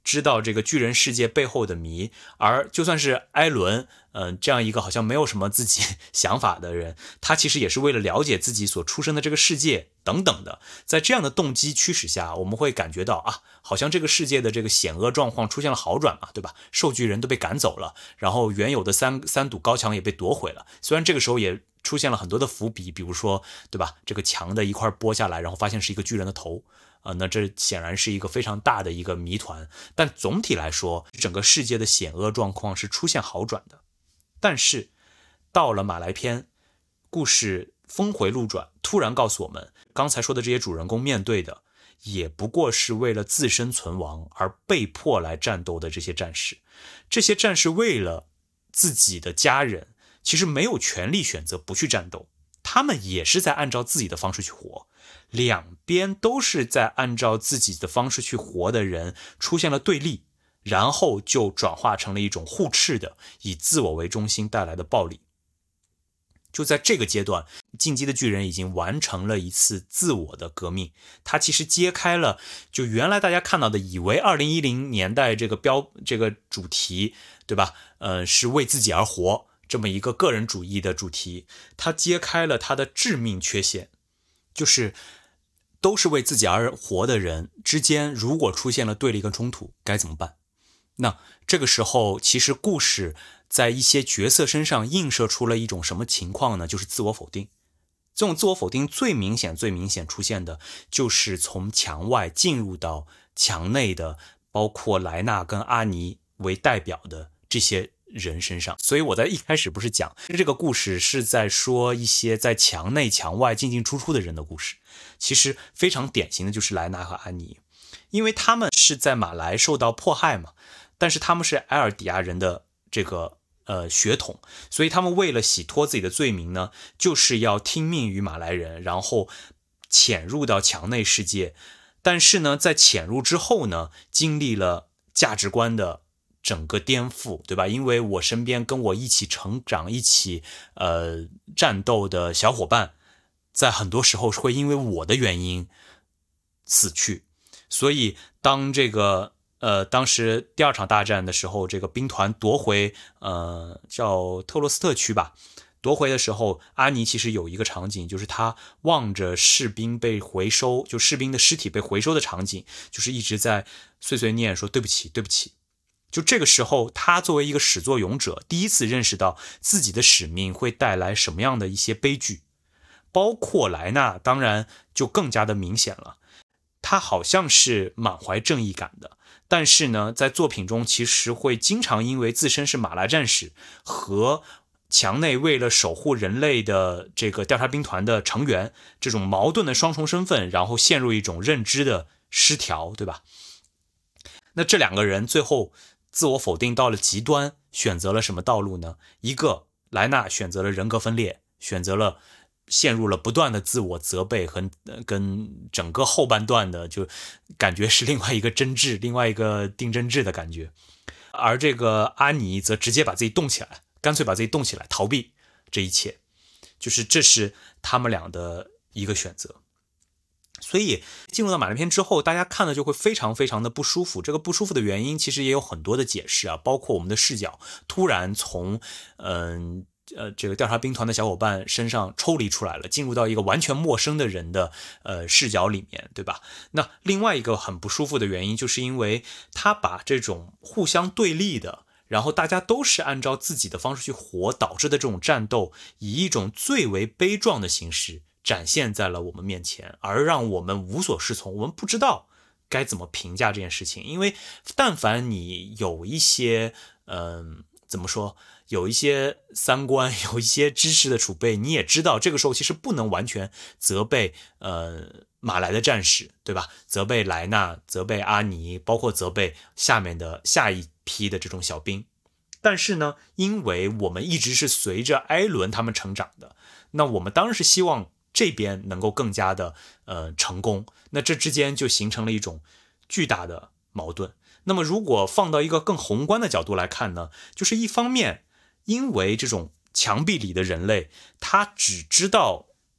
知道这个巨人世界背后的谜，而就算是艾伦，嗯、呃，这样一个好像没有什么自己想法的人，他其实也是为了了解自己所出生的这个世界等等的。在这样的动机驱使下，我们会感觉到啊，好像这个世界的这个险恶状况出现了好转嘛，对吧？受巨人都被赶走了，然后原有的三三堵高墙也被夺回了。虽然这个时候也出现了很多的伏笔，比如说，对吧？这个墙的一块剥下来，然后发现是一个巨人的头。啊、呃，那这显然是一个非常大的一个谜团，但总体来说，整个世界的险恶状况是出现好转的。但是到了马来篇，故事峰回路转，突然告诉我们，刚才说的这些主人公面对的，也不过是为了自身存亡而被迫来战斗的这些战士。这些战士为了自己的家人，其实没有权利选择不去战斗，他们也是在按照自己的方式去活。两边都是在按照自己的方式去活的人出现了对立，然后就转化成了一种互斥的以自我为中心带来的暴力。就在这个阶段，进击的巨人已经完成了一次自我的革命，它其实揭开了就原来大家看到的以为二零一零年代这个标这个主题，对吧？呃，是为自己而活这么一个个人主义的主题，它揭开了它的致命缺陷，就是都是为自己而活的人之间，如果出现了对立跟冲突，该怎么办？那这个时候，其实故事在一些角色身上映射出了一种什么情况呢？就是自我否定。这种自我否定最明显、最明显出现的，就是从墙外进入到墙内的，包括莱纳跟阿尼为代表的这些人身上。所以我在一开始不是讲这个故事是在说一些在墙内墙外进进出出的人的故事，其实非常典型的就是莱纳和安妮，因为他们是在马来受到迫害嘛，但是他们是埃尔迪亚人的这个呃血统，所以他们为了洗脱自己的罪名呢，就是要听命于马来人，然后潜入到墙内世界。但是呢，在潜入之后呢，经历了价值观的整个颠覆，对吧？因为我身边跟我一起成长、一起呃战斗的小伙伴，在很多时候会因为我的原因死去，所以当这个呃当时第二场大战的时候，这个兵团夺回呃叫特洛斯特区吧，夺回的时候，阿尼其实有一个场景，就是他望着士兵被回收，就士兵的尸体被回收的场景，就是一直在碎碎念说对不起，对不起。就这个时候，他作为一个始作俑者，第一次认识到自己的使命会带来什么样的一些悲剧。包括莱纳，当然就更加的明显了。他好像是满怀正义感的，但是呢，在作品中其实会经常因为自身是马来战士和墙内为了守护人类的这个调查兵团的成员这种矛盾的双重身份，然后陷入一种认知的失调，对吧？那这两个人最后自我否定到了极端，选择了什么道路呢？一个莱纳选择了人格分裂，选择了陷入了不断的自我责备和跟整个后半段的就感觉是另外一个真治，另外一个定真治的感觉。而这个阿尼则直接把自己冻起来，干脆把自己冻起来，逃避这一切，就是这是他们俩的一个选择。所以进入到马来篇之后，大家看的就会非常非常的不舒服。这个不舒服的原因其实也有很多的解释啊，包括我们的视角突然从嗯呃, 呃这个调查兵团的小伙伴身上抽离出来了，进入到一个完全陌生的人的呃视角里面，对吧？那另外一个很不舒服的原因，就是因为他把这种互相对立的，然后大家都是按照自己的方式去活导致的这种战斗，以一种最为悲壮的形式展现在了我们面前，而让我们无所适从，我们不知道该怎么评价这件事情。因为但凡你有一些嗯、呃、怎么说，有一些三观，有一些知识的储备，你也知道这个时候其实不能完全责备呃马来的战士，对吧？责备莱纳，责备阿尼，包括责备下面的下一批的这种小兵。但是呢，因为我们一直是随着埃伦他们成长的，那我们当然是希望这边能够更加的呃成功，那这之间就形成了一种巨大的矛盾。那么如果放到一个更宏观的角度来看呢，就是一方面因为这种墙壁里的人类他只知道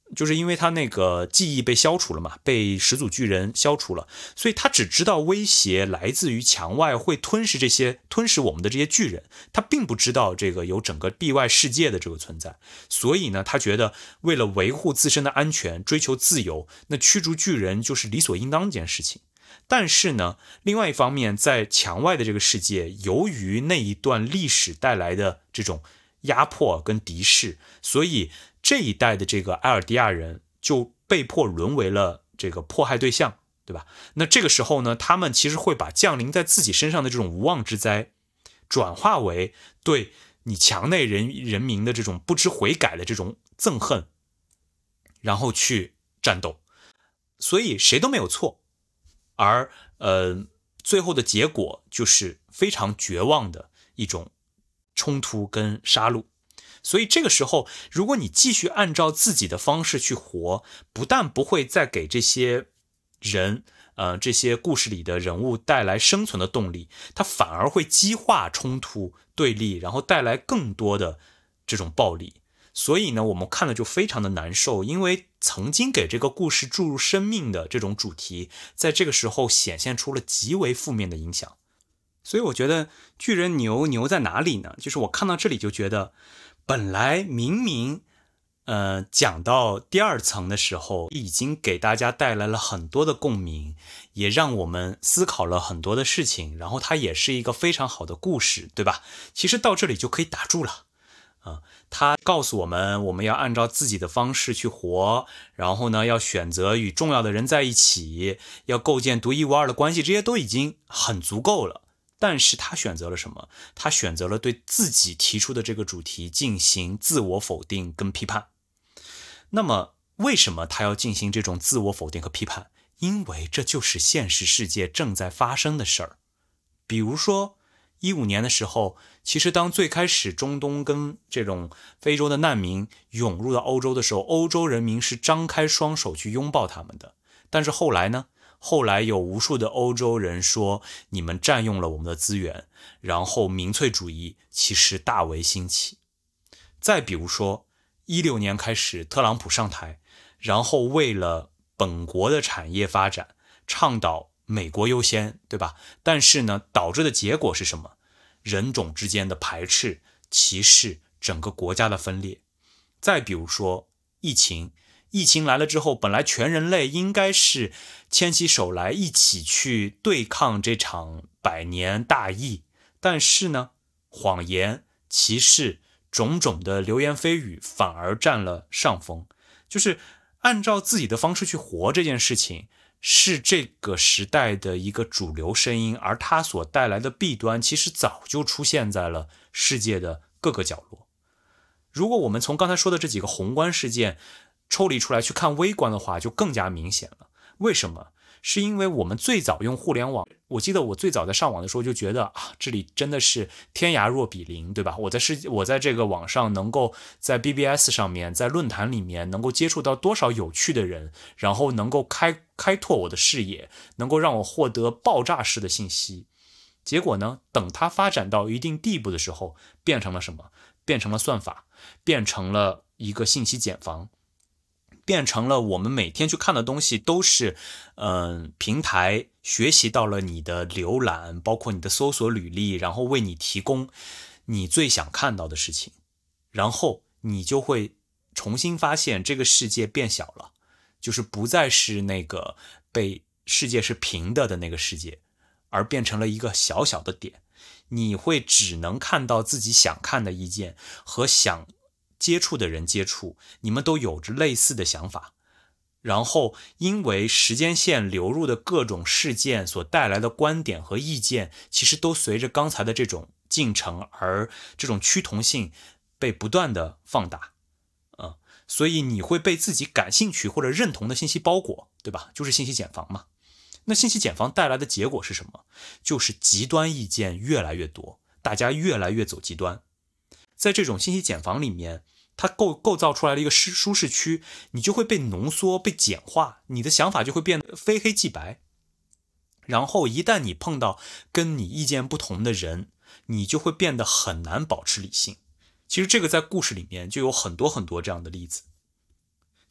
就是因为他那个记忆被消除了嘛，被始祖巨人消除了，所以他只知道威胁来自于墙外会吞噬这些吞噬我们的这些巨人，他并不知道这个有整个壁外世界的这个存在。所以呢，他觉得为了维护自身的安全，追求自由，那驱逐巨人就是理所应当的一件事情。但是呢，另外一方面，在墙外的这个世界，由于那一段历史带来的这种压迫跟敌视，所以这一代的这个埃尔迪亚人就被迫沦为了这个迫害对象，对吧？那这个时候呢，他们其实会把降临在自己身上的这种无妄之灾，转化为对你墙内人人民的这种不知悔改的这种憎恨，然后去战斗。所以谁都没有错，而呃，最后的结果就是非常绝望的一种冲突跟杀戮。所以这个时候，如果你继续按照自己的方式去活，不但不会再给这些人呃这些故事里的人物带来生存的动力，它反而会激化冲突对立，然后带来更多的这种暴力。所以呢，我们看了就非常的难受，因为曾经给这个故事注入生命的这种主题，在这个时候显现出了极为负面的影响。所以我觉得巨人牛牛在哪里呢？就是我看到这里就觉得，本来明明呃讲到第二层的时候，已经给大家带来了很多的共鸣，也让我们思考了很多的事情，然后它也是一个非常好的故事，对吧？其实到这里就可以打住了。啊，他告诉我们，我们要按照自己的方式去活，然后呢，要选择与重要的人在一起，要构建独一无二的关系，这些都已经很足够了。但是他选择了什么？他选择了对自己提出的这个主题进行自我否定跟批判。那么，为什么他要进行这种自我否定和批判？因为这就是现实世界正在发生的事儿。比如说，一五年的时候，其实当最开始中东跟这种非洲的难民涌入到欧洲的时候，欧洲人民是张开双手去拥抱他们的。但是后来呢？后来有无数的欧洲人说，你们占用了我们的资源，然后民粹主义其实大为兴起。再比如说，一六年开始特朗普上台，然后为了本国的产业发展，倡导美国优先，对吧？但是呢，导致的结果是什么？人种之间的排斥、歧视，整个国家的分裂。再比如说疫情，疫情来了之后，本来全人类应该是牵起手来一起去对抗这场百年大疫，但是呢，谎言、歧视、种种的流言蜚语反而占了上风。就是按照自己的方式去活这件事情，是这个时代的一个主流声音，而它所带来的弊端其实早就出现在了世界的各个角落。如果我们从刚才说的这几个宏观事件抽离出来去看微观的话，就更加明显了。为什么？是因为我们最早用互联网，我记得我最早在上网的时候就觉得啊，这里真的是天涯若比邻，对吧？我在世我在这个网上能够在 B B S 上面，在论坛里面能够接触到多少有趣的人，然后能够开开拓我的视野，能够让我获得爆炸式的信息。结果呢，等它发展到一定地步的时候，变成了什么？变成了算法，变成了一个信息茧房。变成了我们每天去看的东西都是，嗯、呃，平台学习到了你的浏览，包括你的搜索履历，然后为你提供你最想看到的事情，然后你就会重新发现这个世界变小了，就是不再是那个被世界是平的的那个世界，而变成了一个小小的点，你会只能看到自己想看的意见和想接触的人接触，你们都有着类似的想法，然后因为时间线流入的各种事件所带来的观点和意见，其实都随着刚才的这种进程而这种趋同性被不断的放大，嗯，所以你会被自己感兴趣或者认同的信息包裹，对吧？就是信息茧房嘛。那信息茧房带来的结果是什么？就是极端意见越来越多，大家越来越走极端。在这种信息茧房里面，它构构造出来的一个舒适区，你就会被浓缩、被简化，你的想法就会变得非黑即白。然后一旦你碰到跟你意见不同的人，你就会变得很难保持理性。其实这个在故事里面就有很多很多这样的例子。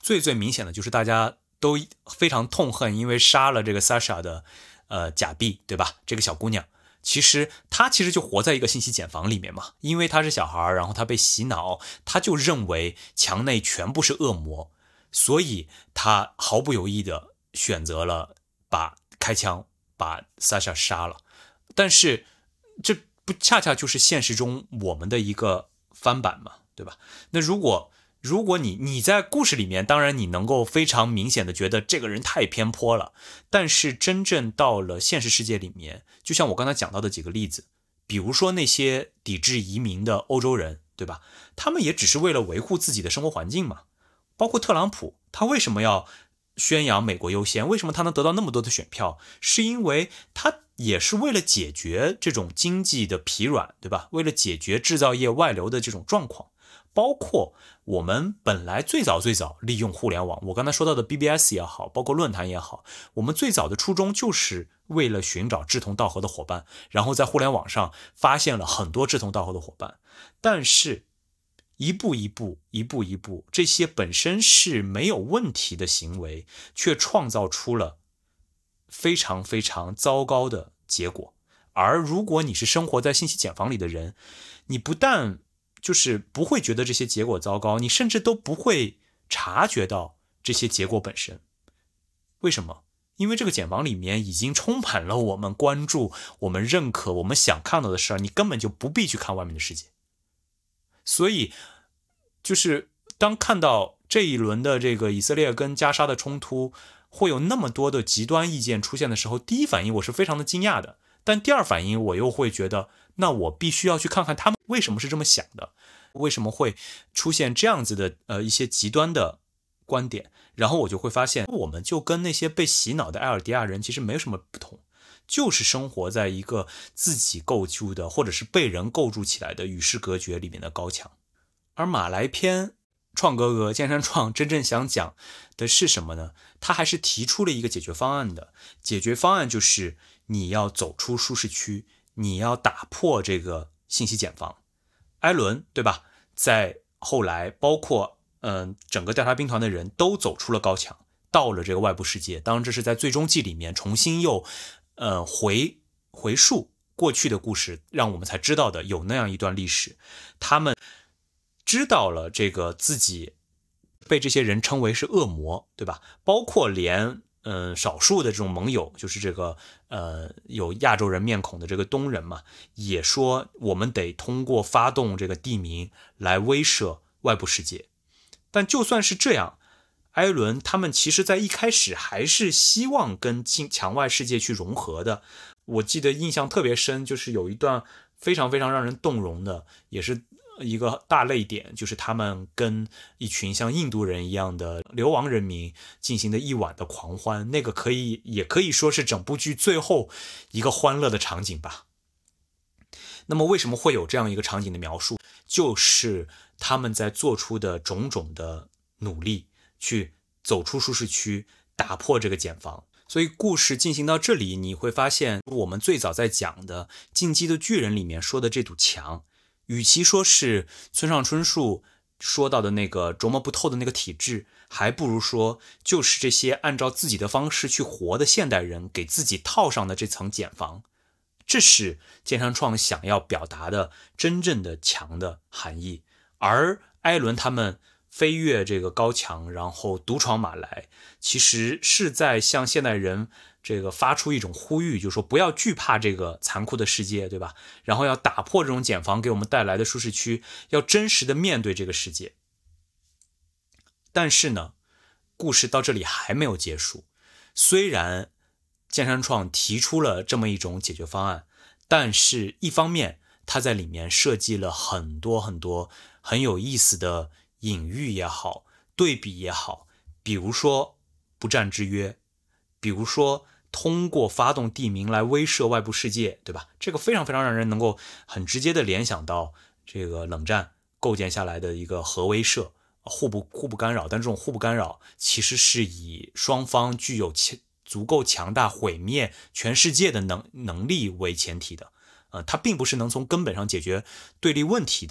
最最明显的就是大家都非常痛恨，因为杀了这个 Sasha 的呃假币，对吧？这个小姑娘，其实她其实就活在一个信息茧房里面嘛，因为她是小孩，然后她被洗脑，她就认为墙内全部是恶魔，所以她毫不犹豫的选择了把开枪把 Sasha 杀了。但是这不恰恰就是现实中我们的一个翻版嘛，对吧？那如果如果你你在故事里面，当然你能够非常明显的觉得这个人太偏颇了，但是真正到了现实世界里面，就像我刚才讲到的几个例子，比如说那些抵制移民的欧洲人，对吧？他们也只是为了维护自己的生活环境嘛。包括特朗普，他为什么要宣扬美国优先？为什么他能得到那么多的选票？是因为他也是为了解决这种经济的疲软，对吧？为了解决制造业外流的这种状况。包括我们本来最早最早利用互联网，我刚才说到的 B B S 也好，包括论坛也好，我们最早的初衷就是为了寻找志同道合的伙伴，然后在互联网上发现了很多志同道合的伙伴。但是一步一步一步一步，这些本身是没有问题的行为，却创造出了非常非常糟糕的结果。而如果你是生活在信息茧房里的人，你不但就是不会觉得这些结果糟糕，你甚至都不会察觉到这些结果本身。为什么？因为这个茧房里面已经充满了我们关注、我们认可、我们想看到的事儿，你根本就不必去看外面的世界。所以就是当看到这一轮的这个以色列跟加沙的冲突会有那么多的极端意见出现的时候，第一反应我是非常的惊讶的，但第二反应我又会觉得，那我必须要去看看他们为什么是这么想的，为什么会出现这样子的呃一些极端的观点。然后我就会发现，我们就跟那些被洗脑的埃尔迪亚人其实没有什么不同，就是生活在一个自己构筑的或者是被人构筑起来的与世隔绝里面的高墙。而马来篇创哥哥剑山创真正想讲的是什么呢？他还是提出了一个解决方案的。解决方案就是你要走出舒适区，你要打破这个信息茧房。艾伦，对吧？在后来包括嗯、呃、整个调查兵团的人都走出了高墙，到了这个外部世界。当然这是在最终季里面重新又呃回回溯过去的故事，让我们才知道的有那样一段历史。他们知道了这个自己被这些人称为是恶魔，对吧？包括连嗯、呃、少数的这种盟友，就是这个呃有亚洲人面孔的这个东人嘛，也说我们得通过发动这个地名来威慑外部世界。但就算是这样，艾伦他们其实在一开始还是希望跟墙外世界去融合的。我记得印象特别深，就是有一段非常非常让人动容的，也是一个大泪点，就是他们跟一群像印度人一样的流亡人民进行的一晚的狂欢，那个可以也可以说是整部剧最后一个欢乐的场景吧。那么为什么会有这样一个场景的描述？就是他们在做出的种种的努力，去走出舒适区，打破这个茧房。所以故事进行到这里，你会发现我们最早在讲的《进击的巨人》里面说的这堵墙，与其说是村上春树说到的那个琢磨不透的那个体制，还不如说就是这些按照自己的方式去活的现代人给自己套上的这层茧房。这是剑山创想要表达的真正的墙的含义。而艾伦他们飞越这个高墙，然后独闯马来，其实是在向现代人这个发出一种呼吁，就是说不要惧怕这个残酷的世界，对吧？然后要打破这种茧房给我们带来的舒适区，要真实的面对这个世界。但是呢，故事到这里还没有结束。虽然剑山创提出了这么一种解决方案，但是一方面他在里面设计了很多很多很有意思的隐喻也好，对比也好，比如说不战之约，比如说通过发动地名来威慑外部世界，对吧？这个非常非常让人能够很直接的联想到这个冷战构建下来的一个核威慑，互不互不干扰。但这种互不干扰其实是以双方具有足够强大毁灭全世界的能能力为前提的，呃，它并不是能从根本上解决对立问题的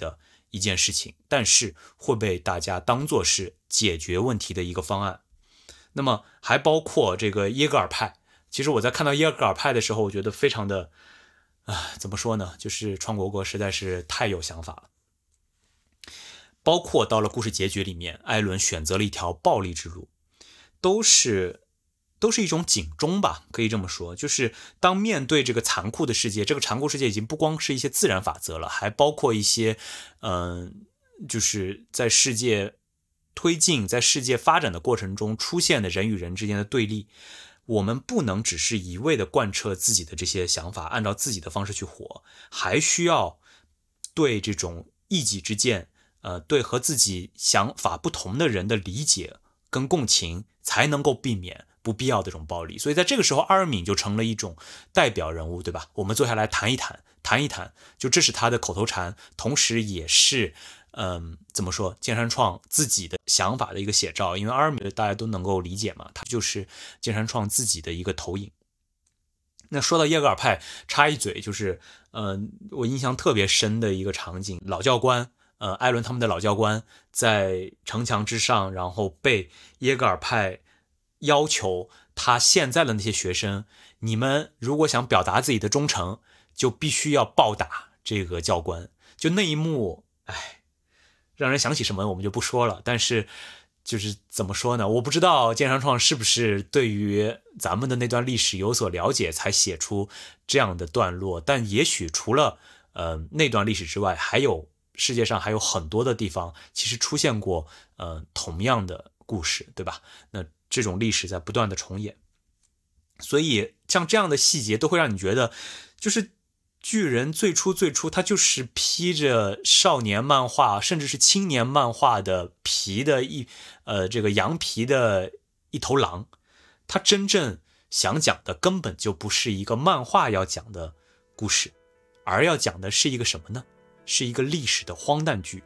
一件事情，但是会被大家当作是解决问题的一个方案。那么还包括这个耶格尔派，其实我在看到耶格尔派的时候，我觉得非常的啊，怎么说呢，就是川国国实在是太有想法了。包括到了故事结局里面，艾伦选择了一条暴力之路，都是都是一种警钟吧，可以这么说。就是当面对这个残酷的世界，这个残酷世界已经不光是一些自然法则了，还包括一些嗯、呃，就是在世界推进在世界发展的过程中出现的人与人之间的对立，我们不能只是一味的贯彻自己的这些想法，按照自己的方式去活，还需要对这种异己之见，呃，对和自己想法不同的人的理解跟共情，才能够避免不必要的这种暴力。所以在这个时候，阿尔敏就成了一种代表人物，对吧？我们坐下来谈一谈，谈一谈，就这是他的口头禅，同时也是嗯，怎么说？剑山创自己的想法的一个写照，因为阿尔米大家都能够理解嘛，他就是剑山创自己的一个投影。那说到耶格尔派，插一嘴，就是，呃，我印象特别深的一个场景，老教官，呃，艾伦他们的老教官在城墙之上，然后被耶格尔派要求他现在的那些学生，你们如果想表达自己的忠诚，就必须要暴打这个教官。就那一幕，哎。让人想起什么我们就不说了，但是就是怎么说呢，我不知道剑山创是不是对于咱们的那段历史有所了解才写出这样的段落，但也许除了呃那段历史之外，还有世界上还有很多的地方其实出现过呃同样的故事，对吧？那这种历史在不断的重演，所以像这样的细节都会让你觉得就是巨人最初最初他就是披着少年漫画甚至是青年漫画的皮的一呃这个羊皮的一头狼，他真正想讲的根本就不是一个漫画要讲的故事，而要讲的是一个什么呢？是一个历史的荒诞剧。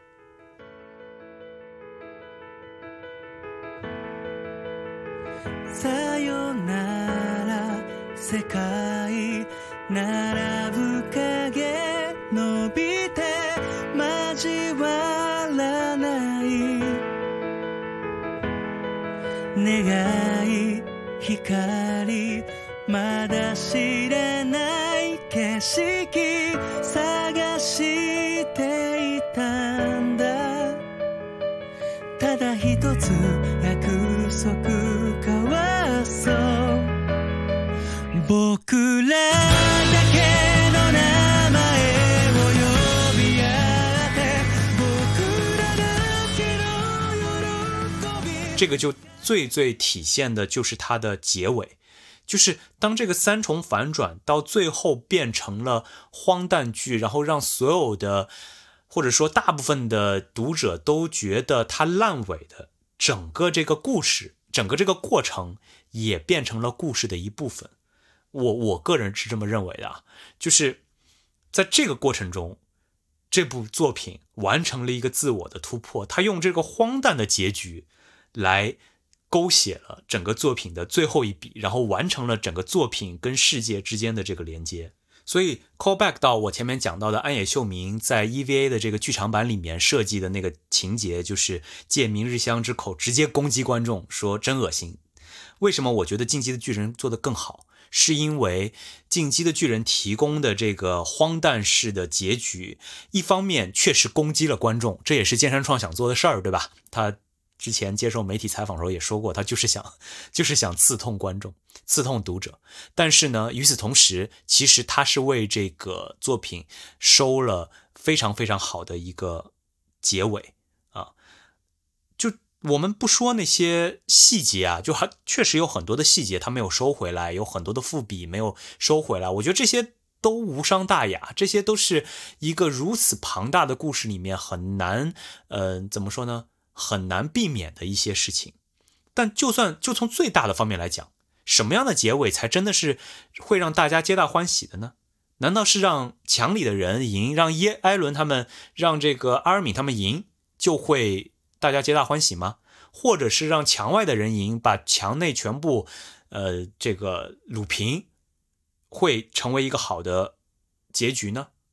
さよなら世界並ぶ影伸びて交わらない願い光まだ知らない景色探していたんだただ一つ約束交わそう僕らだけの名前を呼び合って僕らだけの喜び。 这个就最最体现的就是它的结尾，就是当这个三重反转到最后变成了荒诞剧，然后让所有的或者说大部分的读者都觉得它烂尾的整个这个故事，整个这个过程也变成了故事的一部分。我我个人是这么认为的啊，就是在这个过程中，这部作品完成了一个自我的突破，他用这个荒诞的结局来勾写了整个作品的最后一笔，然后完成了整个作品跟世界之间的这个连接。所以 call back 到我前面讲到的安野秀明在 E V A 的这个剧场版里面设计的那个情节，就是借明日香之口直接攻击观众，说真恶心。为什么我觉得进击的巨人做得更好？是因为进击的巨人提供的这个荒诞式的结局，一方面确实攻击了观众，这也是剑山创想做的事儿，对吧？他之前接受媒体采访的时候也说过，他就是想就是想刺痛观众，刺痛读者。但是呢，与此同时，其实他是为这个作品收了非常非常好的一个结尾啊。就我们不说那些细节啊，就还确实有很多的细节他没有收回来，有很多的伏笔没有收回来，我觉得这些都无伤大雅，这些都是一个如此庞大的故事里面很难呃怎么说呢，很难避免的一些事情。但就算就从最大的方面来讲，什么样的结尾才真的是会让大家皆大欢喜的呢？难道是让墙里的人赢，让耶艾伦他们，让这个阿尔敏他们赢，就会大家皆大欢喜吗？或者是让墙外的人赢，把墙内全部呃这个掳平，会成为一个好的结局呢？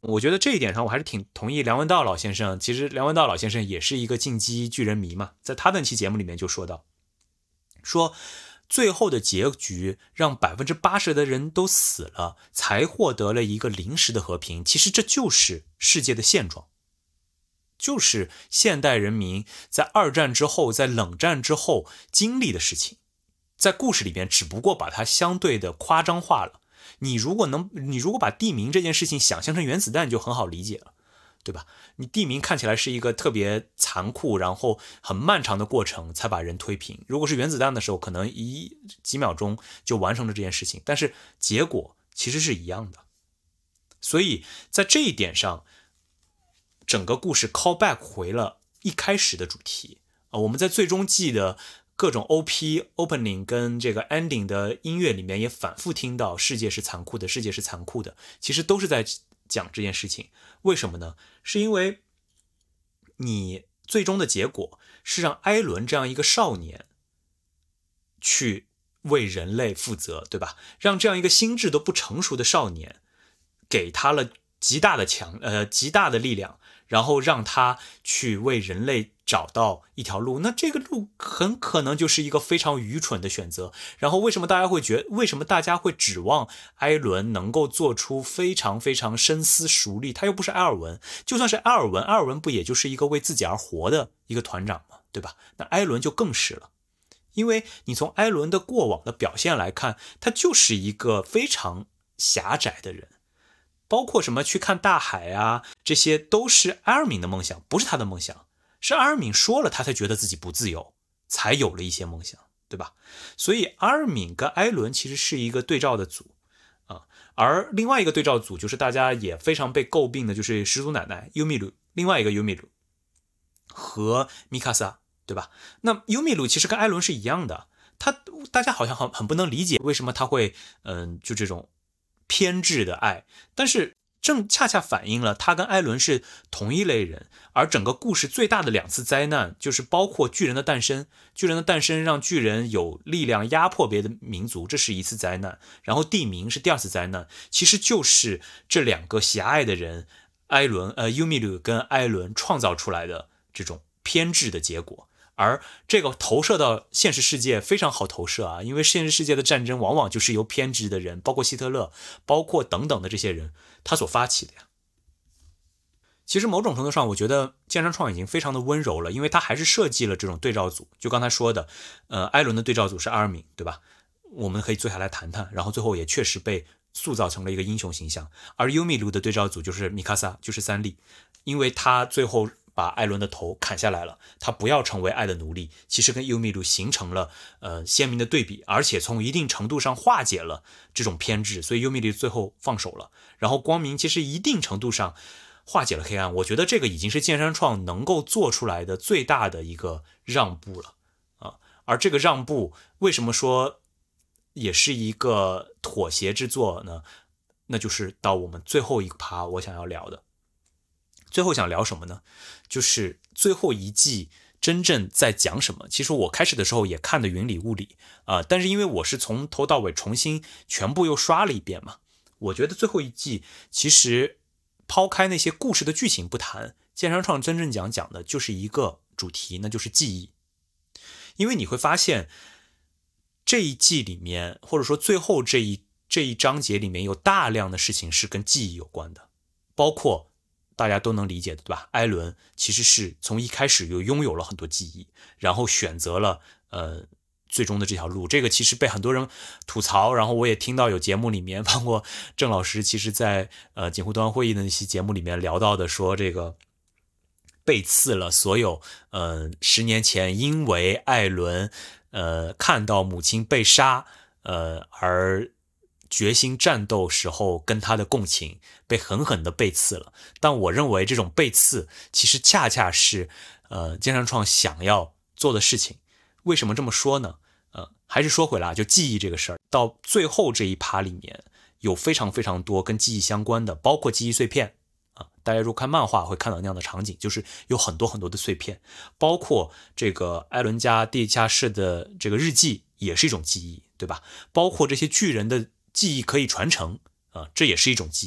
我觉得这一点上我还是挺同意梁文道老先生。其实梁文道老先生也是一个进击巨人迷嘛，在他那期节目里面就说到，说最后的结局让百分之八十的人都死了，才获得了一个临时的和平。其实这就是世界的现状，就是现代人民在二战之后，在冷战之后经历的事情，在故事里边只不过把它相对的夸张化了。你如果能，你如果把地名这件事情想象成原子弹，就很好理解了，对吧？你地名看起来是一个特别残酷，然后很漫长的过程才把人推平。如果是原子弹的时候，可能一几秒钟就完成了这件事情，但是结果其实是一样的。所以在这一点上，整个故事 call back 回了一开始的主题啊。我们在最终季的各种 O P、opening 跟这个 ending 的音乐里面也反复听到世界是残酷的，世界是残酷的，其实都是在讲这件事情。为什么呢？是因为你最终的结果是让艾伦这样一个少年去为人类负责，对吧？让这样一个心智都不成熟的少年给他了极大的强呃极大的力量，然后让他去为人类找到一条路。那这个路很可能就是一个非常愚蠢的选择。然后为什么大家会觉为什么大家会指望艾伦能够做出非常非常深思熟虑？他又不是埃尔文，就算是埃尔文，埃尔文不也就是一个为自己而活的一个团长吗？对吧？那艾伦就更是了。因为你从艾伦的过往的表现来看，他就是一个非常狭窄的人，包括什么去看大海啊，这些都是埃尔敏的梦想，不是他的梦想。是阿尔敏说了，他才觉得自己不自由，才有了一些梦想，对吧？所以阿尔敏跟艾伦其实是一个对照的组啊，而另外一个对照组就是大家也非常被诟病的，就是始祖奶奶优米鲁，另外一个优米鲁和米卡萨，对吧？那优米鲁其实跟艾伦是一样的，他大家好像很很不能理解为什么他会嗯就这种偏执的爱，但是正恰恰反映了他跟艾伦是同一类人。而整个故事最大的两次灾难，就是包括巨人的诞生，巨人的诞生让巨人有力量压迫别的民族，这是一次灾难，然后地名是第二次灾难，其实就是这两个狭隘的人艾伦呃优米鲁跟艾伦创造出来的这种偏执的结果。而这个投射到现实世界非常好投射啊，因为现实世界的战争往往就是由偏执的人，包括希特勒，包括等等的这些人他所发起的呀。其实某种程度上我觉得剑山创已经非常的温柔了，因为他还是设计了这种对照组，就刚才说的呃，艾伦的对照组是阿尔敏，对吧？我们可以坐下来谈谈，然后最后也确实被塑造成了一个英雄形象。而优米鲁的对照组就是米卡萨，就是三笠，因为他最后把艾伦的头砍下来了，他不要成为爱的奴隶，其实跟优米鲁形成了呃鲜明的对比，而且从一定程度上化解了这种偏执，所以优米鲁最后放手了，然后光明其实一定程度上化解了黑暗。我觉得这个已经是剑山创能够做出来的最大的一个让步了啊！而这个让步为什么说也是一个妥协之作呢？那就是到我们最后一趴我想要聊的。最后想聊什么呢？就是最后一季真正在讲什么。其实我开始的时候也看得云里雾里啊、呃，但是因为我是从头到尾重新全部又刷了一遍嘛，我觉得最后一季其实抛开那些故事的剧情不谈，剑山创真正讲讲的就是一个主题，那就是记忆。因为你会发现这一季里面，或者说最后这一这一章节里面有大量的事情是跟记忆有关的，包括大家都能理解的，对吧？艾伦其实是从一开始就拥有了很多记忆，然后选择了呃最终的这条路。这个其实被很多人吐槽，然后我也听到有节目里面，包括郑老师其实在呃锦湖端会议的那期节目里面聊到的，说这个背刺了所有呃十年前因为艾伦呃看到母亲被杀呃而决心战斗时候跟他的共情被狠狠的背刺了。但我认为这种背刺其实恰恰是呃剑山创想要做的事情。为什么这么说呢？呃，还是说回来，就记忆这个事儿，到最后这一趴里面有非常非常多跟记忆相关的，包括记忆碎片啊。大家如果看漫画会看到那样的场景，就是有很多很多的碎片，包括这个艾伦家地下室的这个日记也是一种记忆，对吧？包括这些巨人的记忆可以传承啊，这也是一种记忆。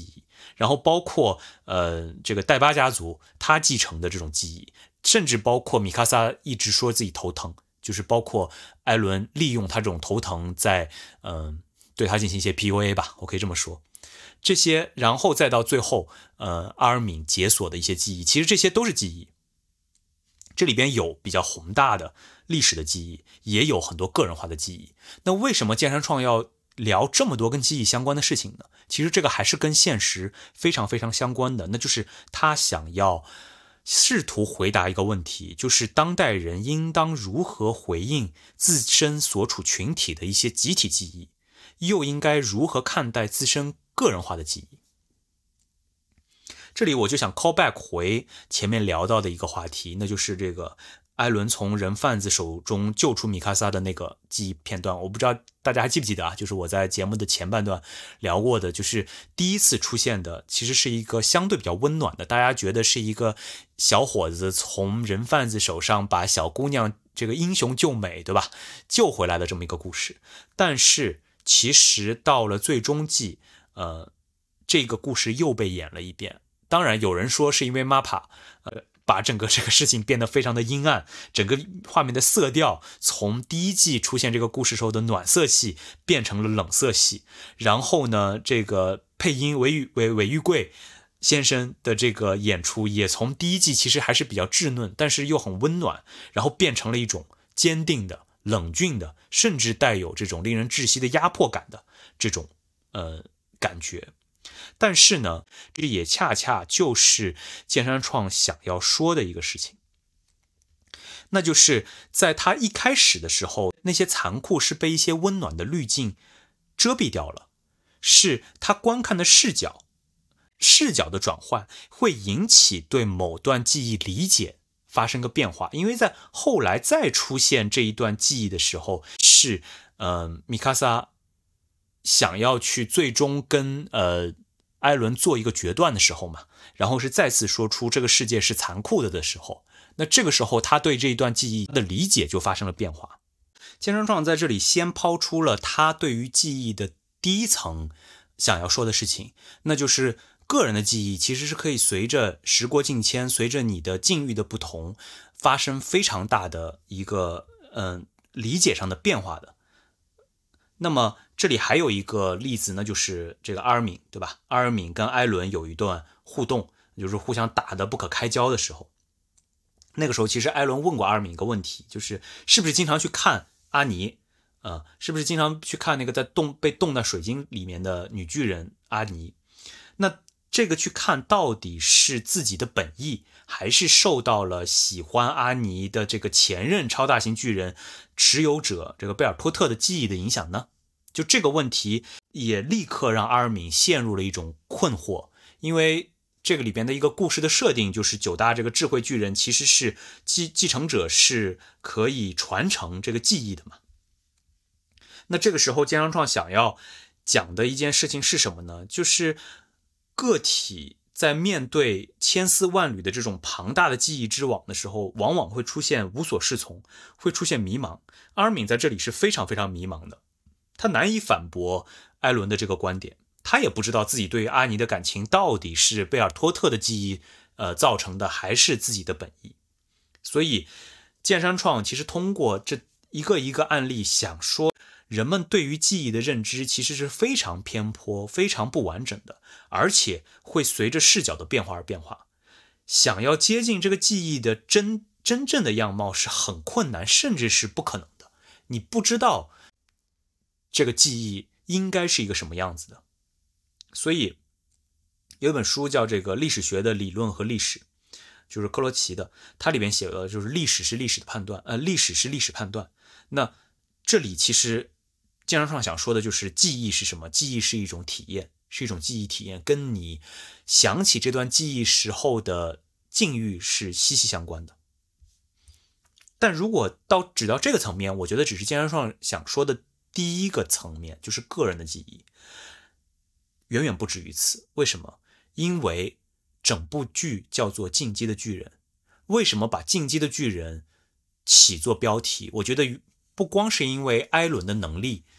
然后包括呃这个代巴家族他继承的这种记忆，甚至包括米卡萨一直说自己头疼，就是包括艾伦利用他这种头疼在嗯、呃、对他进行一些 P U A 吧，我可以这么说。这些然后再到最后呃阿尔敏解锁的一些记忆，其实这些都是记忆。这里边有比较宏大的历史的记忆，也有很多个人化的记忆。那为什么剑山创要聊这么多跟记忆相关的事情呢？其实这个还是跟现实非常非常相关的，那就是他想要试图回答一个问题，就是当代人应当如何回应自身所处群体的一些集体记忆，又应该如何看待自身个人化的记忆。这里我就想 call back 回前面聊到的一个话题，那就是这个艾伦从人贩子手中救出米卡萨的那个记忆片段。我不知道大家还记不记得啊？就是我在节目的前半段聊过的，就是第一次出现的其实是一个相对比较温暖的，大家觉得是一个小伙子从人贩子手上把小姑娘这个英雄救美，对吧？救回来的这么一个故事。但是其实到了最终季，呃，这个故事又被演了一遍。当然有人说是因为 M A P A 呃把整个这个事情变得非常的阴暗，整个画面的色调从第一季出现这个故事时候的暖色系变成了冷色系，然后呢这个配音韦玉韦韦玉贵先生的这个演出也从第一季其实还是比较稚嫩，但是又很温暖，然后变成了一种坚定的冷峻的，甚至带有这种令人窒息的压迫感的这种呃感觉。但是呢，这也恰恰就是剑山创想要说的一个事情，那就是在他一开始的时候，那些残酷是被一些温暖的滤镜遮蔽掉了，是他观看的视角，视角的转换会引起对某段记忆理解发生个变化。因为在后来再出现这一段记忆的时候，是呃米卡萨想要去最终跟呃艾伦做一个决断的时候嘛，然后是再次说出这个世界是残酷的的时候，那这个时候他对这一段记忆的理解就发生了变化。剑山创在这里先抛出了他对于记忆的第一层想要说的事情，那就是个人的记忆其实是可以随着时过境迁，随着你的境遇的不同，发生非常大的一个嗯、呃、理解上的变化的。那么这里还有一个例子呢，就是这个阿尔敏，对吧？阿尔敏跟艾伦有一段互动，就是互相打得不可开交的时候，那个时候其实艾伦问过阿尔敏一个问题，就是是不是经常去看阿尼，呃，是不是经常去看那个在冻被冻在水晶里面的女巨人阿尼？那这个去看到底是自己的本意，还是受到了喜欢阿尼的这个前任超大型巨人持有者这个贝尔托特的记忆的影响呢？就这个问题也立刻让阿尔敏陷入了一种困惑，因为这个里边的一个故事的设定就是九大这个智慧巨人其实是继继承者，是可以传承这个记忆的嘛。那这个时候剑山创想要讲的一件事情是什么呢？就是个体在面对千丝万缕的这种庞大的记忆之网的时候，往往会出现无所适从，会出现迷茫。阿尔敏在这里是非常非常迷茫的，他难以反驳艾伦的这个观点，他也不知道自己对于阿尼的感情到底是贝尔托特的记忆呃造成的，还是自己的本意。所以剑山创其实通过这一个一个案例想说，人们对于记忆的认知其实是非常偏颇，非常不完整的，而且会随着视角的变化而变化。想要接近这个记忆的真真正的样貌是很困难，甚至是不可能的。你不知道这个记忆应该是一个什么样子的。所以有一本书叫这个历史学的理论和历史，就是克罗齐的，它里面写的就是历史是历史的判断，呃，历史是历史判断。那这里其实剑山创想说的就是记忆是什么？记忆是一种体验，是一种记忆体验，跟你想起这段记忆时候的境遇是息息相关的。但如果到只到这个层面，我觉得只是剑山创想说的第一个层面，就是个人的记忆，远远不止于此。为什么？因为整部剧叫做《进击的巨人》，为什么把《进击的巨人》起作标题？我觉得不光是因为艾伦的能力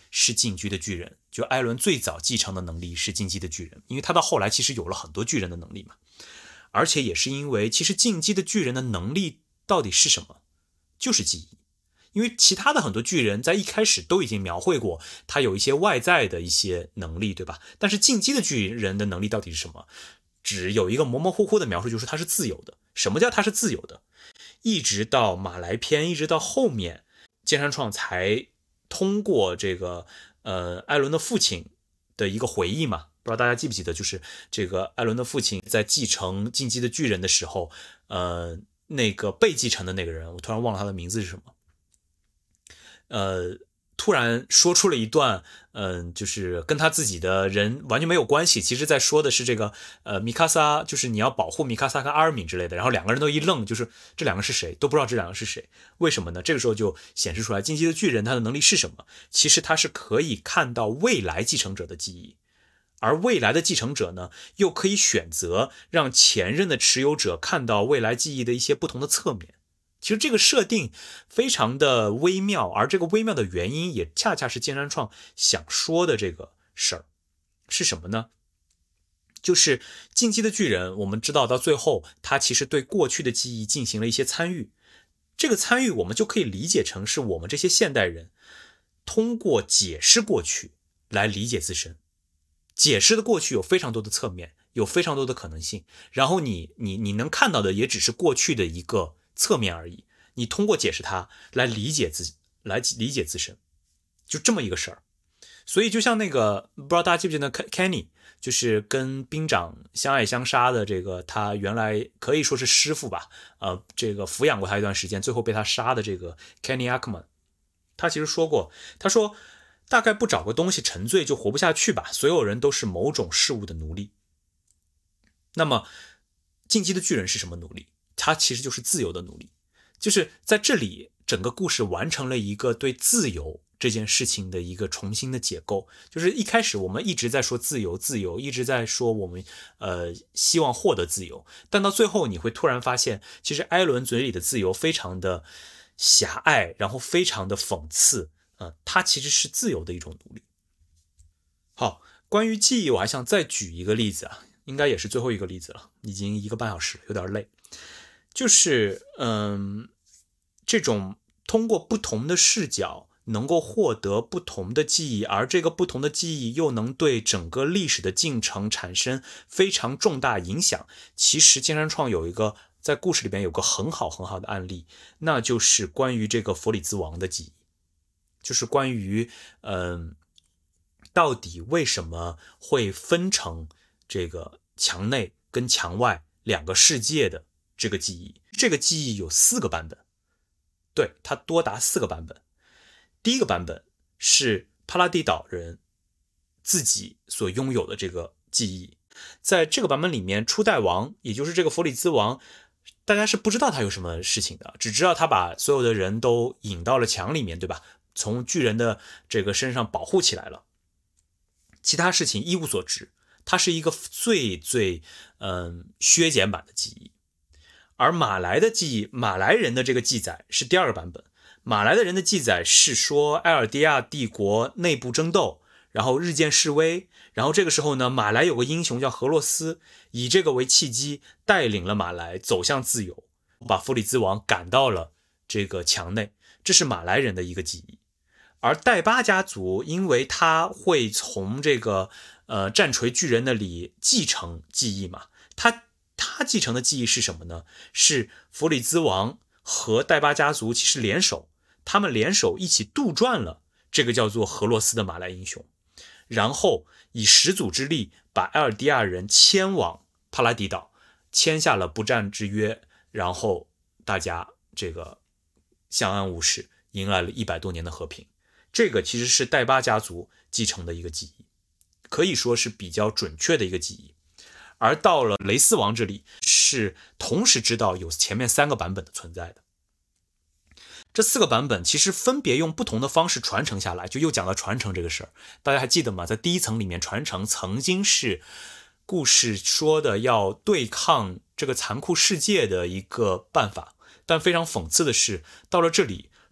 是进击的巨人，就艾伦最早继承的能力是进击的巨人，因为他到后来其实有了很多巨人的能力嘛。而且也是因为其实进击的巨人的能力到底是什么，就是记忆。因为其他的很多巨人在一开始都已经描绘过他有一些外在的一些能力，对吧？但是进击的巨人的能力到底是什么，只有一个模模糊糊的描述，就是他是自由的。什么叫他是自由的？一直到马来篇，一直到后面剑山创才通过这个呃艾伦的父亲的一个回忆嘛，不知道大家记不记得，就是这个艾伦的父亲在继承进击的巨人的时候，呃那个被继承的那个人，我突然忘了他的名字是什么，呃突然说出了一段嗯、呃，就是跟他自己的人完全没有关系，其实在说的是这个呃米卡萨，就是你要保护米卡萨跟阿尔敏之类的，然后两个人都一愣，就是这两个是谁，都不知道这两个是谁。为什么呢？这个时候就显示出来进击的巨人他的能力是什么，其实他是可以看到未来继承者的记忆，而未来的继承者呢又可以选择让前任的持有者看到未来记忆的一些不同的侧面。其实这个设定非常的微妙，而这个微妙的原因也恰恰是剑山创想说的这个事儿是什么呢？就是进击的巨人，我们知道到最后他其实对过去的记忆进行了一些参与，这个参与我们就可以理解成是我们这些现代人通过解释过去来理解自身。解释的过去有非常多的侧面，有非常多的可能性，然后你你你能看到的也只是过去的一个侧面而已，你通过解释它来理解自己，来理解自身，就这么一个事儿。所以就像那个不知道大家记不记得 Kenny， 就是跟兵长相爱相杀的这个，他原来可以说是师傅吧，呃，这个抚养过他一段时间，最后被他杀的这个 Kenny Ackerman， 他其实说过，他说大概不找个东西沉醉就活不下去吧，所有人都是某种事物的奴隶。那么进击的巨人是什么奴隶？它其实就是自由的奴隶，就是在这里整个故事完成了一个对自由这件事情的一个重新的解构。就是一开始我们一直在说自由自由，一直在说我们呃希望获得自由，但到最后你会突然发现，其实艾伦嘴里的自由非常的狭隘，然后非常的讽刺，呃，它其实是自由的一种奴隶。好，关于记忆我还想再举一个例子啊，应该也是最后一个例子了，已经一个半小时，有点累。就是嗯，这种通过不同的视角能够获得不同的记忆，而这个不同的记忆又能对整个历史的进程产生非常重大影响。其实剑山创有一个在故事里边有个很好很好的案例，那就是关于这个弗里兹王的记忆，就是关于嗯，到底为什么会分成这个墙内跟墙外两个世界的这个记忆。这个记忆有四个版本，对，它多达四个版本。第一个版本是帕拉蒂岛人自己所拥有的这个记忆，在这个版本里面，初代王也就是这个弗里兹王，大家是不知道他有什么事情的，只知道他把所有的人都引到了墙里面，对吧？从巨人的这个身上保护起来了，其他事情一无所知。它是一个最最嗯削减版的记忆。而马来的记忆，马来人的这个记载是第二个版本。马来的人的记载是说埃尔迪亚帝国内部争斗，然后日渐式微，然后这个时候呢，马来有个英雄叫荷洛斯，以这个为契机带领了马来走向自由，把弗里兹王赶到了这个墙内，这是马来人的一个记忆。而戴巴家族因为他会从这个呃战锤巨人那里继承记忆嘛，他他继承的记忆是什么呢？是弗里兹王和戴巴家族其实联手，他们联手一起杜撰了这个叫做荷洛斯的马来英雄，然后以始祖之力把埃尔迪亚人迁往帕拉迪岛，签下了不战之约，然后大家这个相安无事，迎来了一百多年的和平。这个其实是戴巴家族继承的一个记忆，可以说是比较准确的一个记忆。而到了雷斯王这里，是同时知道有前面三个版本的存在的。这四个版本其实分别用不同的方式传承下来，就又讲到传承这个事儿。大家还记得吗？在第一层里面，传承曾经是故事说的要对抗这个残酷世界的一个办法，但非常讽刺的是，到了这里，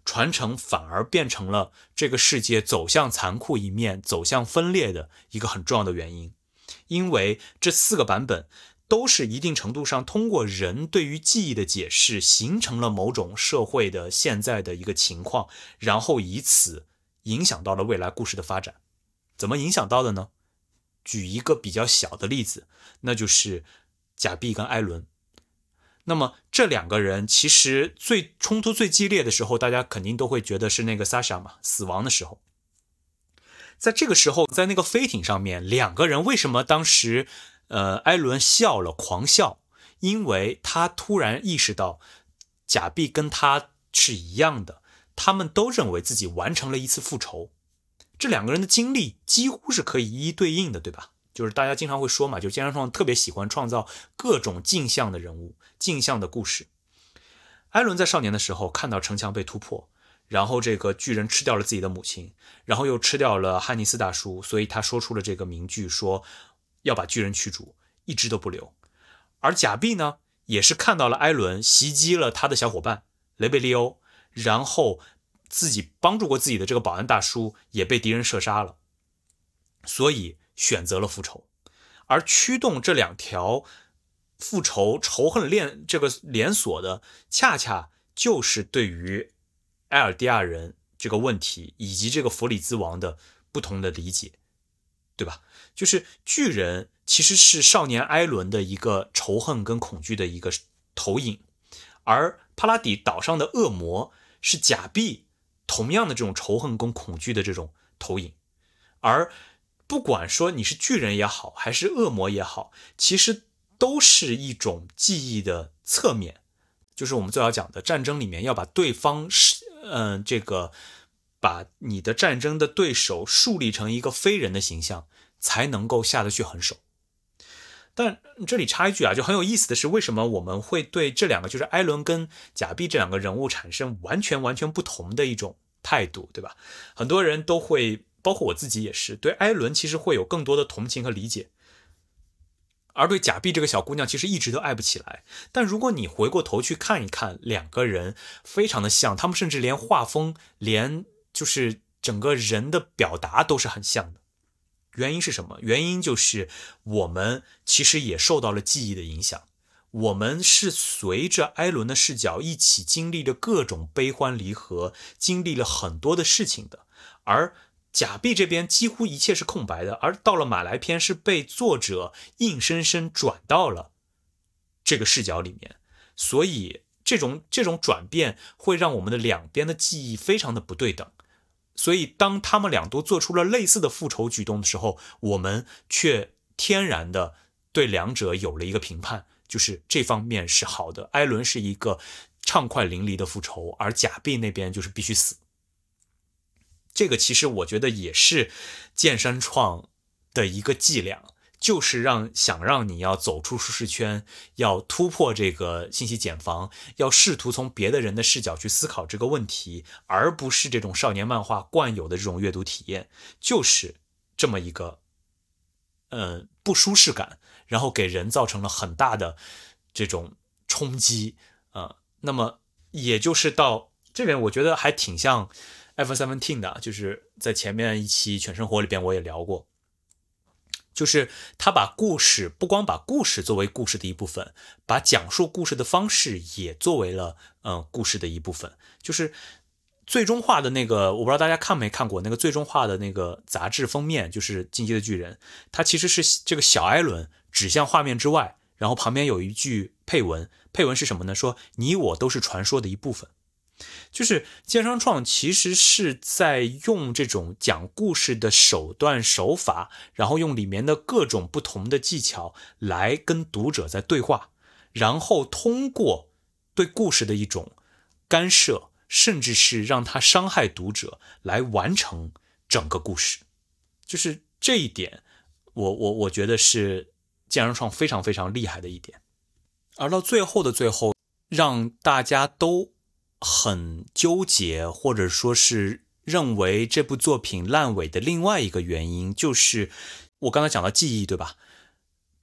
传承反而变成了这个世界走向残酷一面、走向分裂的一个很重要的原因。因为这四个版本都是一定程度上通过人对于记忆的解释，形成了某种社会的现在的一个情况，然后以此影响到了未来故事的发展。怎么影响到的呢？举一个比较小的例子，那就是贾碧跟艾伦。那么这两个人其实最冲突最激烈的时候，大家肯定都会觉得是那个 Sasha 嘛，死亡的时候。在这个时候，在那个飞艇上面，两个人为什么当时呃，艾伦笑了，狂笑？因为他突然意识到贾碧跟他是一样的，他们都认为自己完成了一次复仇。这两个人的经历几乎是可以一一对应的，对吧？就是大家经常会说嘛，就剑山创特别喜欢创造各种镜像的人物、镜像的故事。艾伦在少年的时候看到城墙被突破，然后这个巨人吃掉了自己的母亲，然后又吃掉了汉尼斯大叔，所以他说出了这个名句，说要把巨人驱逐，一只都不留。而贾碧呢，也是看到了艾伦袭击了他的小伙伴雷贝利欧，然后自己帮助过自己的这个保安大叔也被敌人射杀了，所以选择了复仇。而驱动这两条复仇仇恨链这个连锁的，恰恰就是对于埃尔蒂亚人这个问题以及这个弗里兹王的不同的理解，对吧？就是巨人其实是少年埃伦的一个仇恨跟恐惧的一个投影，而帕拉底岛上的恶魔是贾碧同样的这种仇恨跟恐惧的这种投影。而不管说你是巨人也好，还是恶魔也好，其实都是一种记忆的侧面。就是我们最要讲的战争里面要把对方嗯、呃，这个把你的战争的对手树立成一个非人的形象，才能够下得去狠手。但这里插一句啊，就很有意思的是，为什么我们会对这两个就是艾伦跟贾碧这两个人物产生完全完全不同的一种态度，对吧？很多人都会，包括我自己也是，对艾伦其实会有更多的同情和理解，而对贾碧这个小姑娘其实一直都爱不起来。但如果你回过头去看一看，两个人非常的像，他们甚至连画风连就是整个人的表达都是很像的。原因是什么？原因就是我们其实也受到了记忆的影响，我们是随着艾伦的视角一起经历了各种悲欢离合，经历了很多的事情的。而贾碧这边几乎一切是空白的，而到了马来篇是被作者硬生生转到了这个视角里面，所以这种这种转变会让我们的两边的记忆非常的不对等。所以当他们俩都做出了类似的复仇举动的时候，我们却天然的对两者有了一个评判，就是这方面是好的，艾伦是一个畅快淋漓的复仇，而贾碧那边就是必须死。这个其实我觉得也是剑山创的一个伎俩，就是让想让你要走出舒适圈，要突破这个信息茧房，要试图从别的人的视角去思考这个问题，而不是这种少年漫画惯有的这种阅读体验，就是这么一个呃不舒适感，然后给人造成了很大的这种冲击啊、呃。那么也就是到这边，我觉得还挺像 F 十七 的，就是在前面一期全生活里边我也聊过。就是他把故事不光把故事作为故事的一部分，把讲述故事的方式也作为了嗯故事的一部分。就是最终化的那个，我不知道大家看没看过那个最终化的那个杂志封面，就是《进击的巨人》，它其实是这个小艾伦指向画面之外，然后旁边有一句配文，配文是什么呢？说你我都是传说的一部分。就是剑山创其实是在用这种讲故事的手段手法，然后用里面的各种不同的技巧来跟读者在对话，然后通过对故事的一种干涉，甚至是让他伤害读者来完成整个故事。就是这一点我我我觉得是剑山创非常非常厉害的一点。而到最后的最后，让大家都很纠结，或者说是认为这部作品烂尾的另外一个原因，就是我刚才讲到记忆，对吧？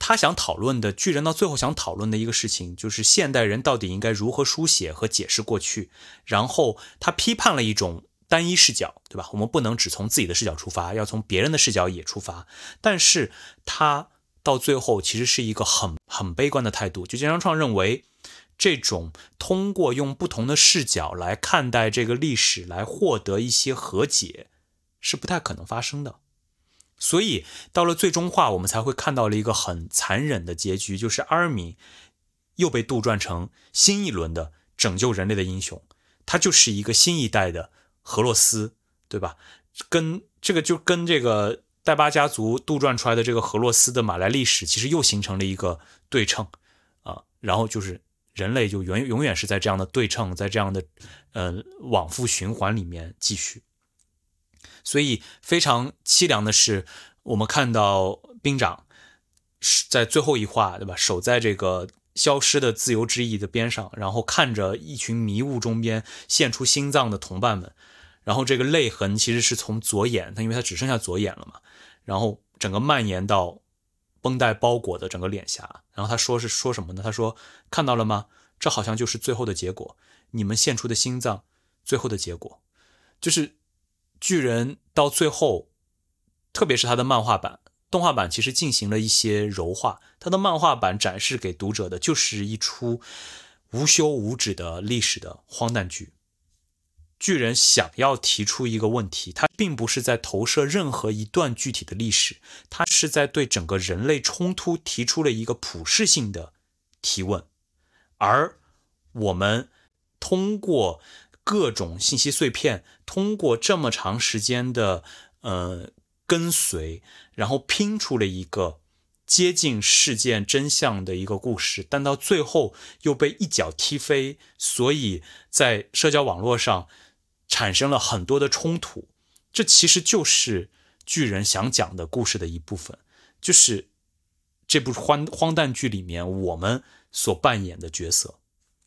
他想讨论的，巨人到最后想讨论的一个事情，就是现代人到底应该如何书写和解释过去。然后他批判了一种单一视角，对吧？我们不能只从自己的视角出发，要从别人的视角也出发。但是他到最后其实是一个很很悲观的态度。就金昌创认为，这种通过用不同的视角来看待这个历史，来获得一些和解，是不太可能发生的。所以到了最终话，我们才会看到了一个很残忍的结局，就是阿尔敏又被杜撰成新一轮的拯救人类的英雄，他就是一个新一代的荷洛斯，对吧？跟这个就跟这个戴巴家族杜撰出来的这个荷洛斯的马来历史，其实又形成了一个对称啊。然后就是人类就永永远是在这样的对称，在这样的呃往复循环里面继续。所以非常凄凉的是，我们看到兵长在最后一话，对吧？守在这个消失的自由之翼的边上，然后看着一群迷雾中边现出心脏的同伴们，然后这个泪痕其实是从左眼，他因为他只剩下左眼了嘛，然后整个蔓延到绷带包裹的整个脸颊。然后他说是说什么呢？他说：“看到了吗？这好像就是最后的结果，你们献出的心脏，最后的结果。”就是巨人到最后，特别是他的漫画版，动画版其实进行了一些柔化，他的漫画版展示给读者的就是一出无休无止的历史的荒诞剧。巨人想要提出一个问题，他并不是在投射任何一段具体的历史，他是在对整个人类冲突提出了一个普世性的提问。而我们通过各种信息碎片，通过这么长时间的呃跟随，然后拼出了一个接近事件真相的一个故事，但到最后又被一脚踢飞，所以在社交网络上产生了很多的冲突。这其实就是巨人想讲的故事的一部分，就是这部荒荒诞剧里面我们所扮演的角色。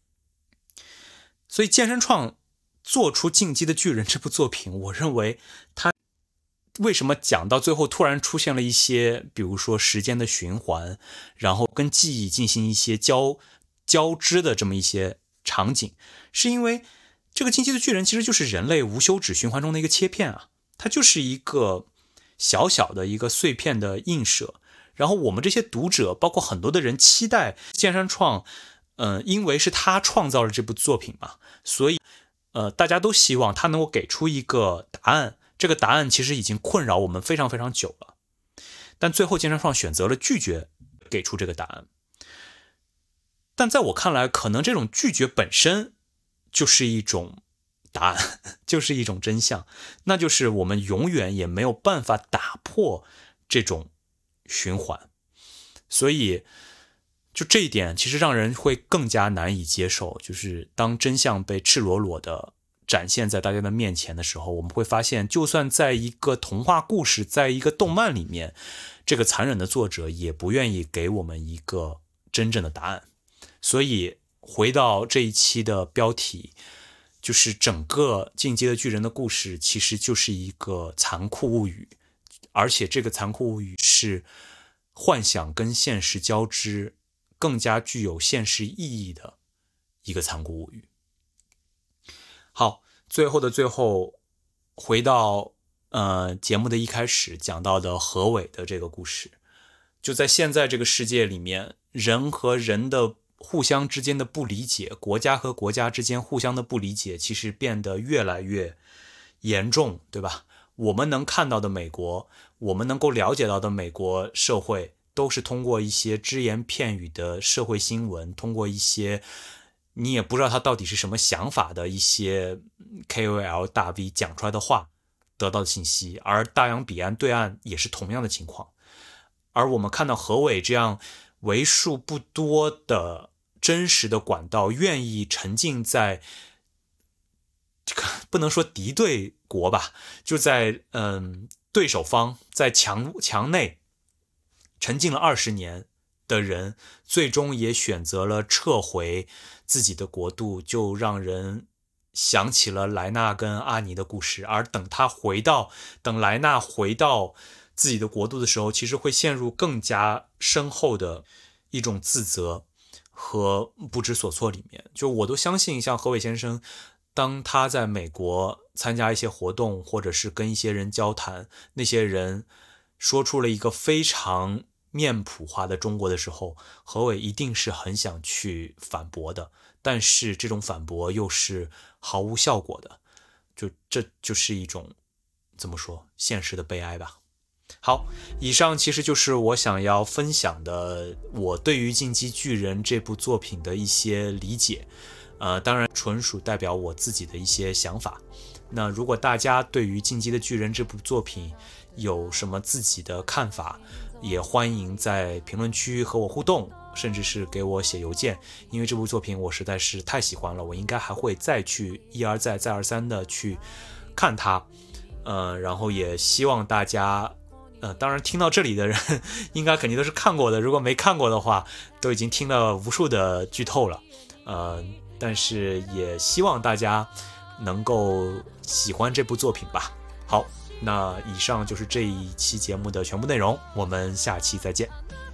所以健身创做出《进击的巨人》这部作品，我认为他为什么讲到最后突然出现了一些比如说时间的循环，然后跟记忆进行一些交交织的这么一些场景，是因为这个《进击的巨人》其实就是人类无休止循环中的一个切片啊，它就是一个小小的一个碎片的映射。然后我们这些读者包括很多的人期待剑山创嗯、呃，因为是他创造了这部作品嘛，所以呃，大家都希望他能够给出一个答案。这个答案其实已经困扰我们非常非常久了，但最后剑山创选择了拒绝给出这个答案。但在我看来，可能这种拒绝本身就是一种答案，就是一种真相，那就是我们永远也没有办法打破这种循环。所以就这一点其实让人会更加难以接受，就是当真相被赤裸裸的展现在大家的面前的时候，我们会发现就算在一个童话故事，在一个动漫里面，这个残忍的作者也不愿意给我们一个真正的答案。所以回到这一期的标题，就是整个进击的巨人的故事其实就是一个残酷物语，而且这个残酷物语是幻想跟现实交织，更加具有现实意义的一个残酷物语。好，最后的最后，回到呃节目的一开始讲到的何伟的这个故事。就在现在这个世界里面，人和人的互相之间的不理解，国家和国家之间互相的不理解，其实变得越来越严重，对吧？我们能看到的美国，我们能够了解到的美国社会，都是通过一些只言片语的社会新闻，通过一些你也不知道他到底是什么想法的一些 K O L 大 V 讲出来的话得到的信息。而大洋彼岸对岸也是同样的情况。而我们看到何伟这样为数不多的真实的管道，愿意沉浸在这个不能说敌对国吧，就在嗯对手方，在墙墙内沉浸了二十年的人，最终也选择了撤回自己的国度，就让人想起了莱纳跟阿尼的故事。而等他回到，等莱纳回到自己的国度的时候，其实会陷入更加深厚的一种自责和不知所措里面。就我都相信，像何伟先生，当他在美国参加一些活动，或者是跟一些人交谈，那些人说出了一个非常面谱化的中国的时候，何伟一定是很想去反驳的，但是这种反驳又是毫无效果的，就这就是一种怎么说现实的悲哀吧。好，以上其实就是我想要分享的我对于《进击巨人》这部作品的一些理解，呃，当然纯属代表我自己的一些想法。那如果大家对于《进击的巨人》这部作品有什么自己的看法，也欢迎在评论区和我互动，甚至是给我写邮件，因为这部作品我实在是太喜欢了，我应该还会再去一而再再而三的去看它。呃，然后也希望大家呃，当然听到这里的人应该肯定都是看过的，如果没看过的话都已经听了无数的剧透了，呃，但是也希望大家能够喜欢这部作品吧。好，那以上就是这一期节目的全部内容，我们下期再见。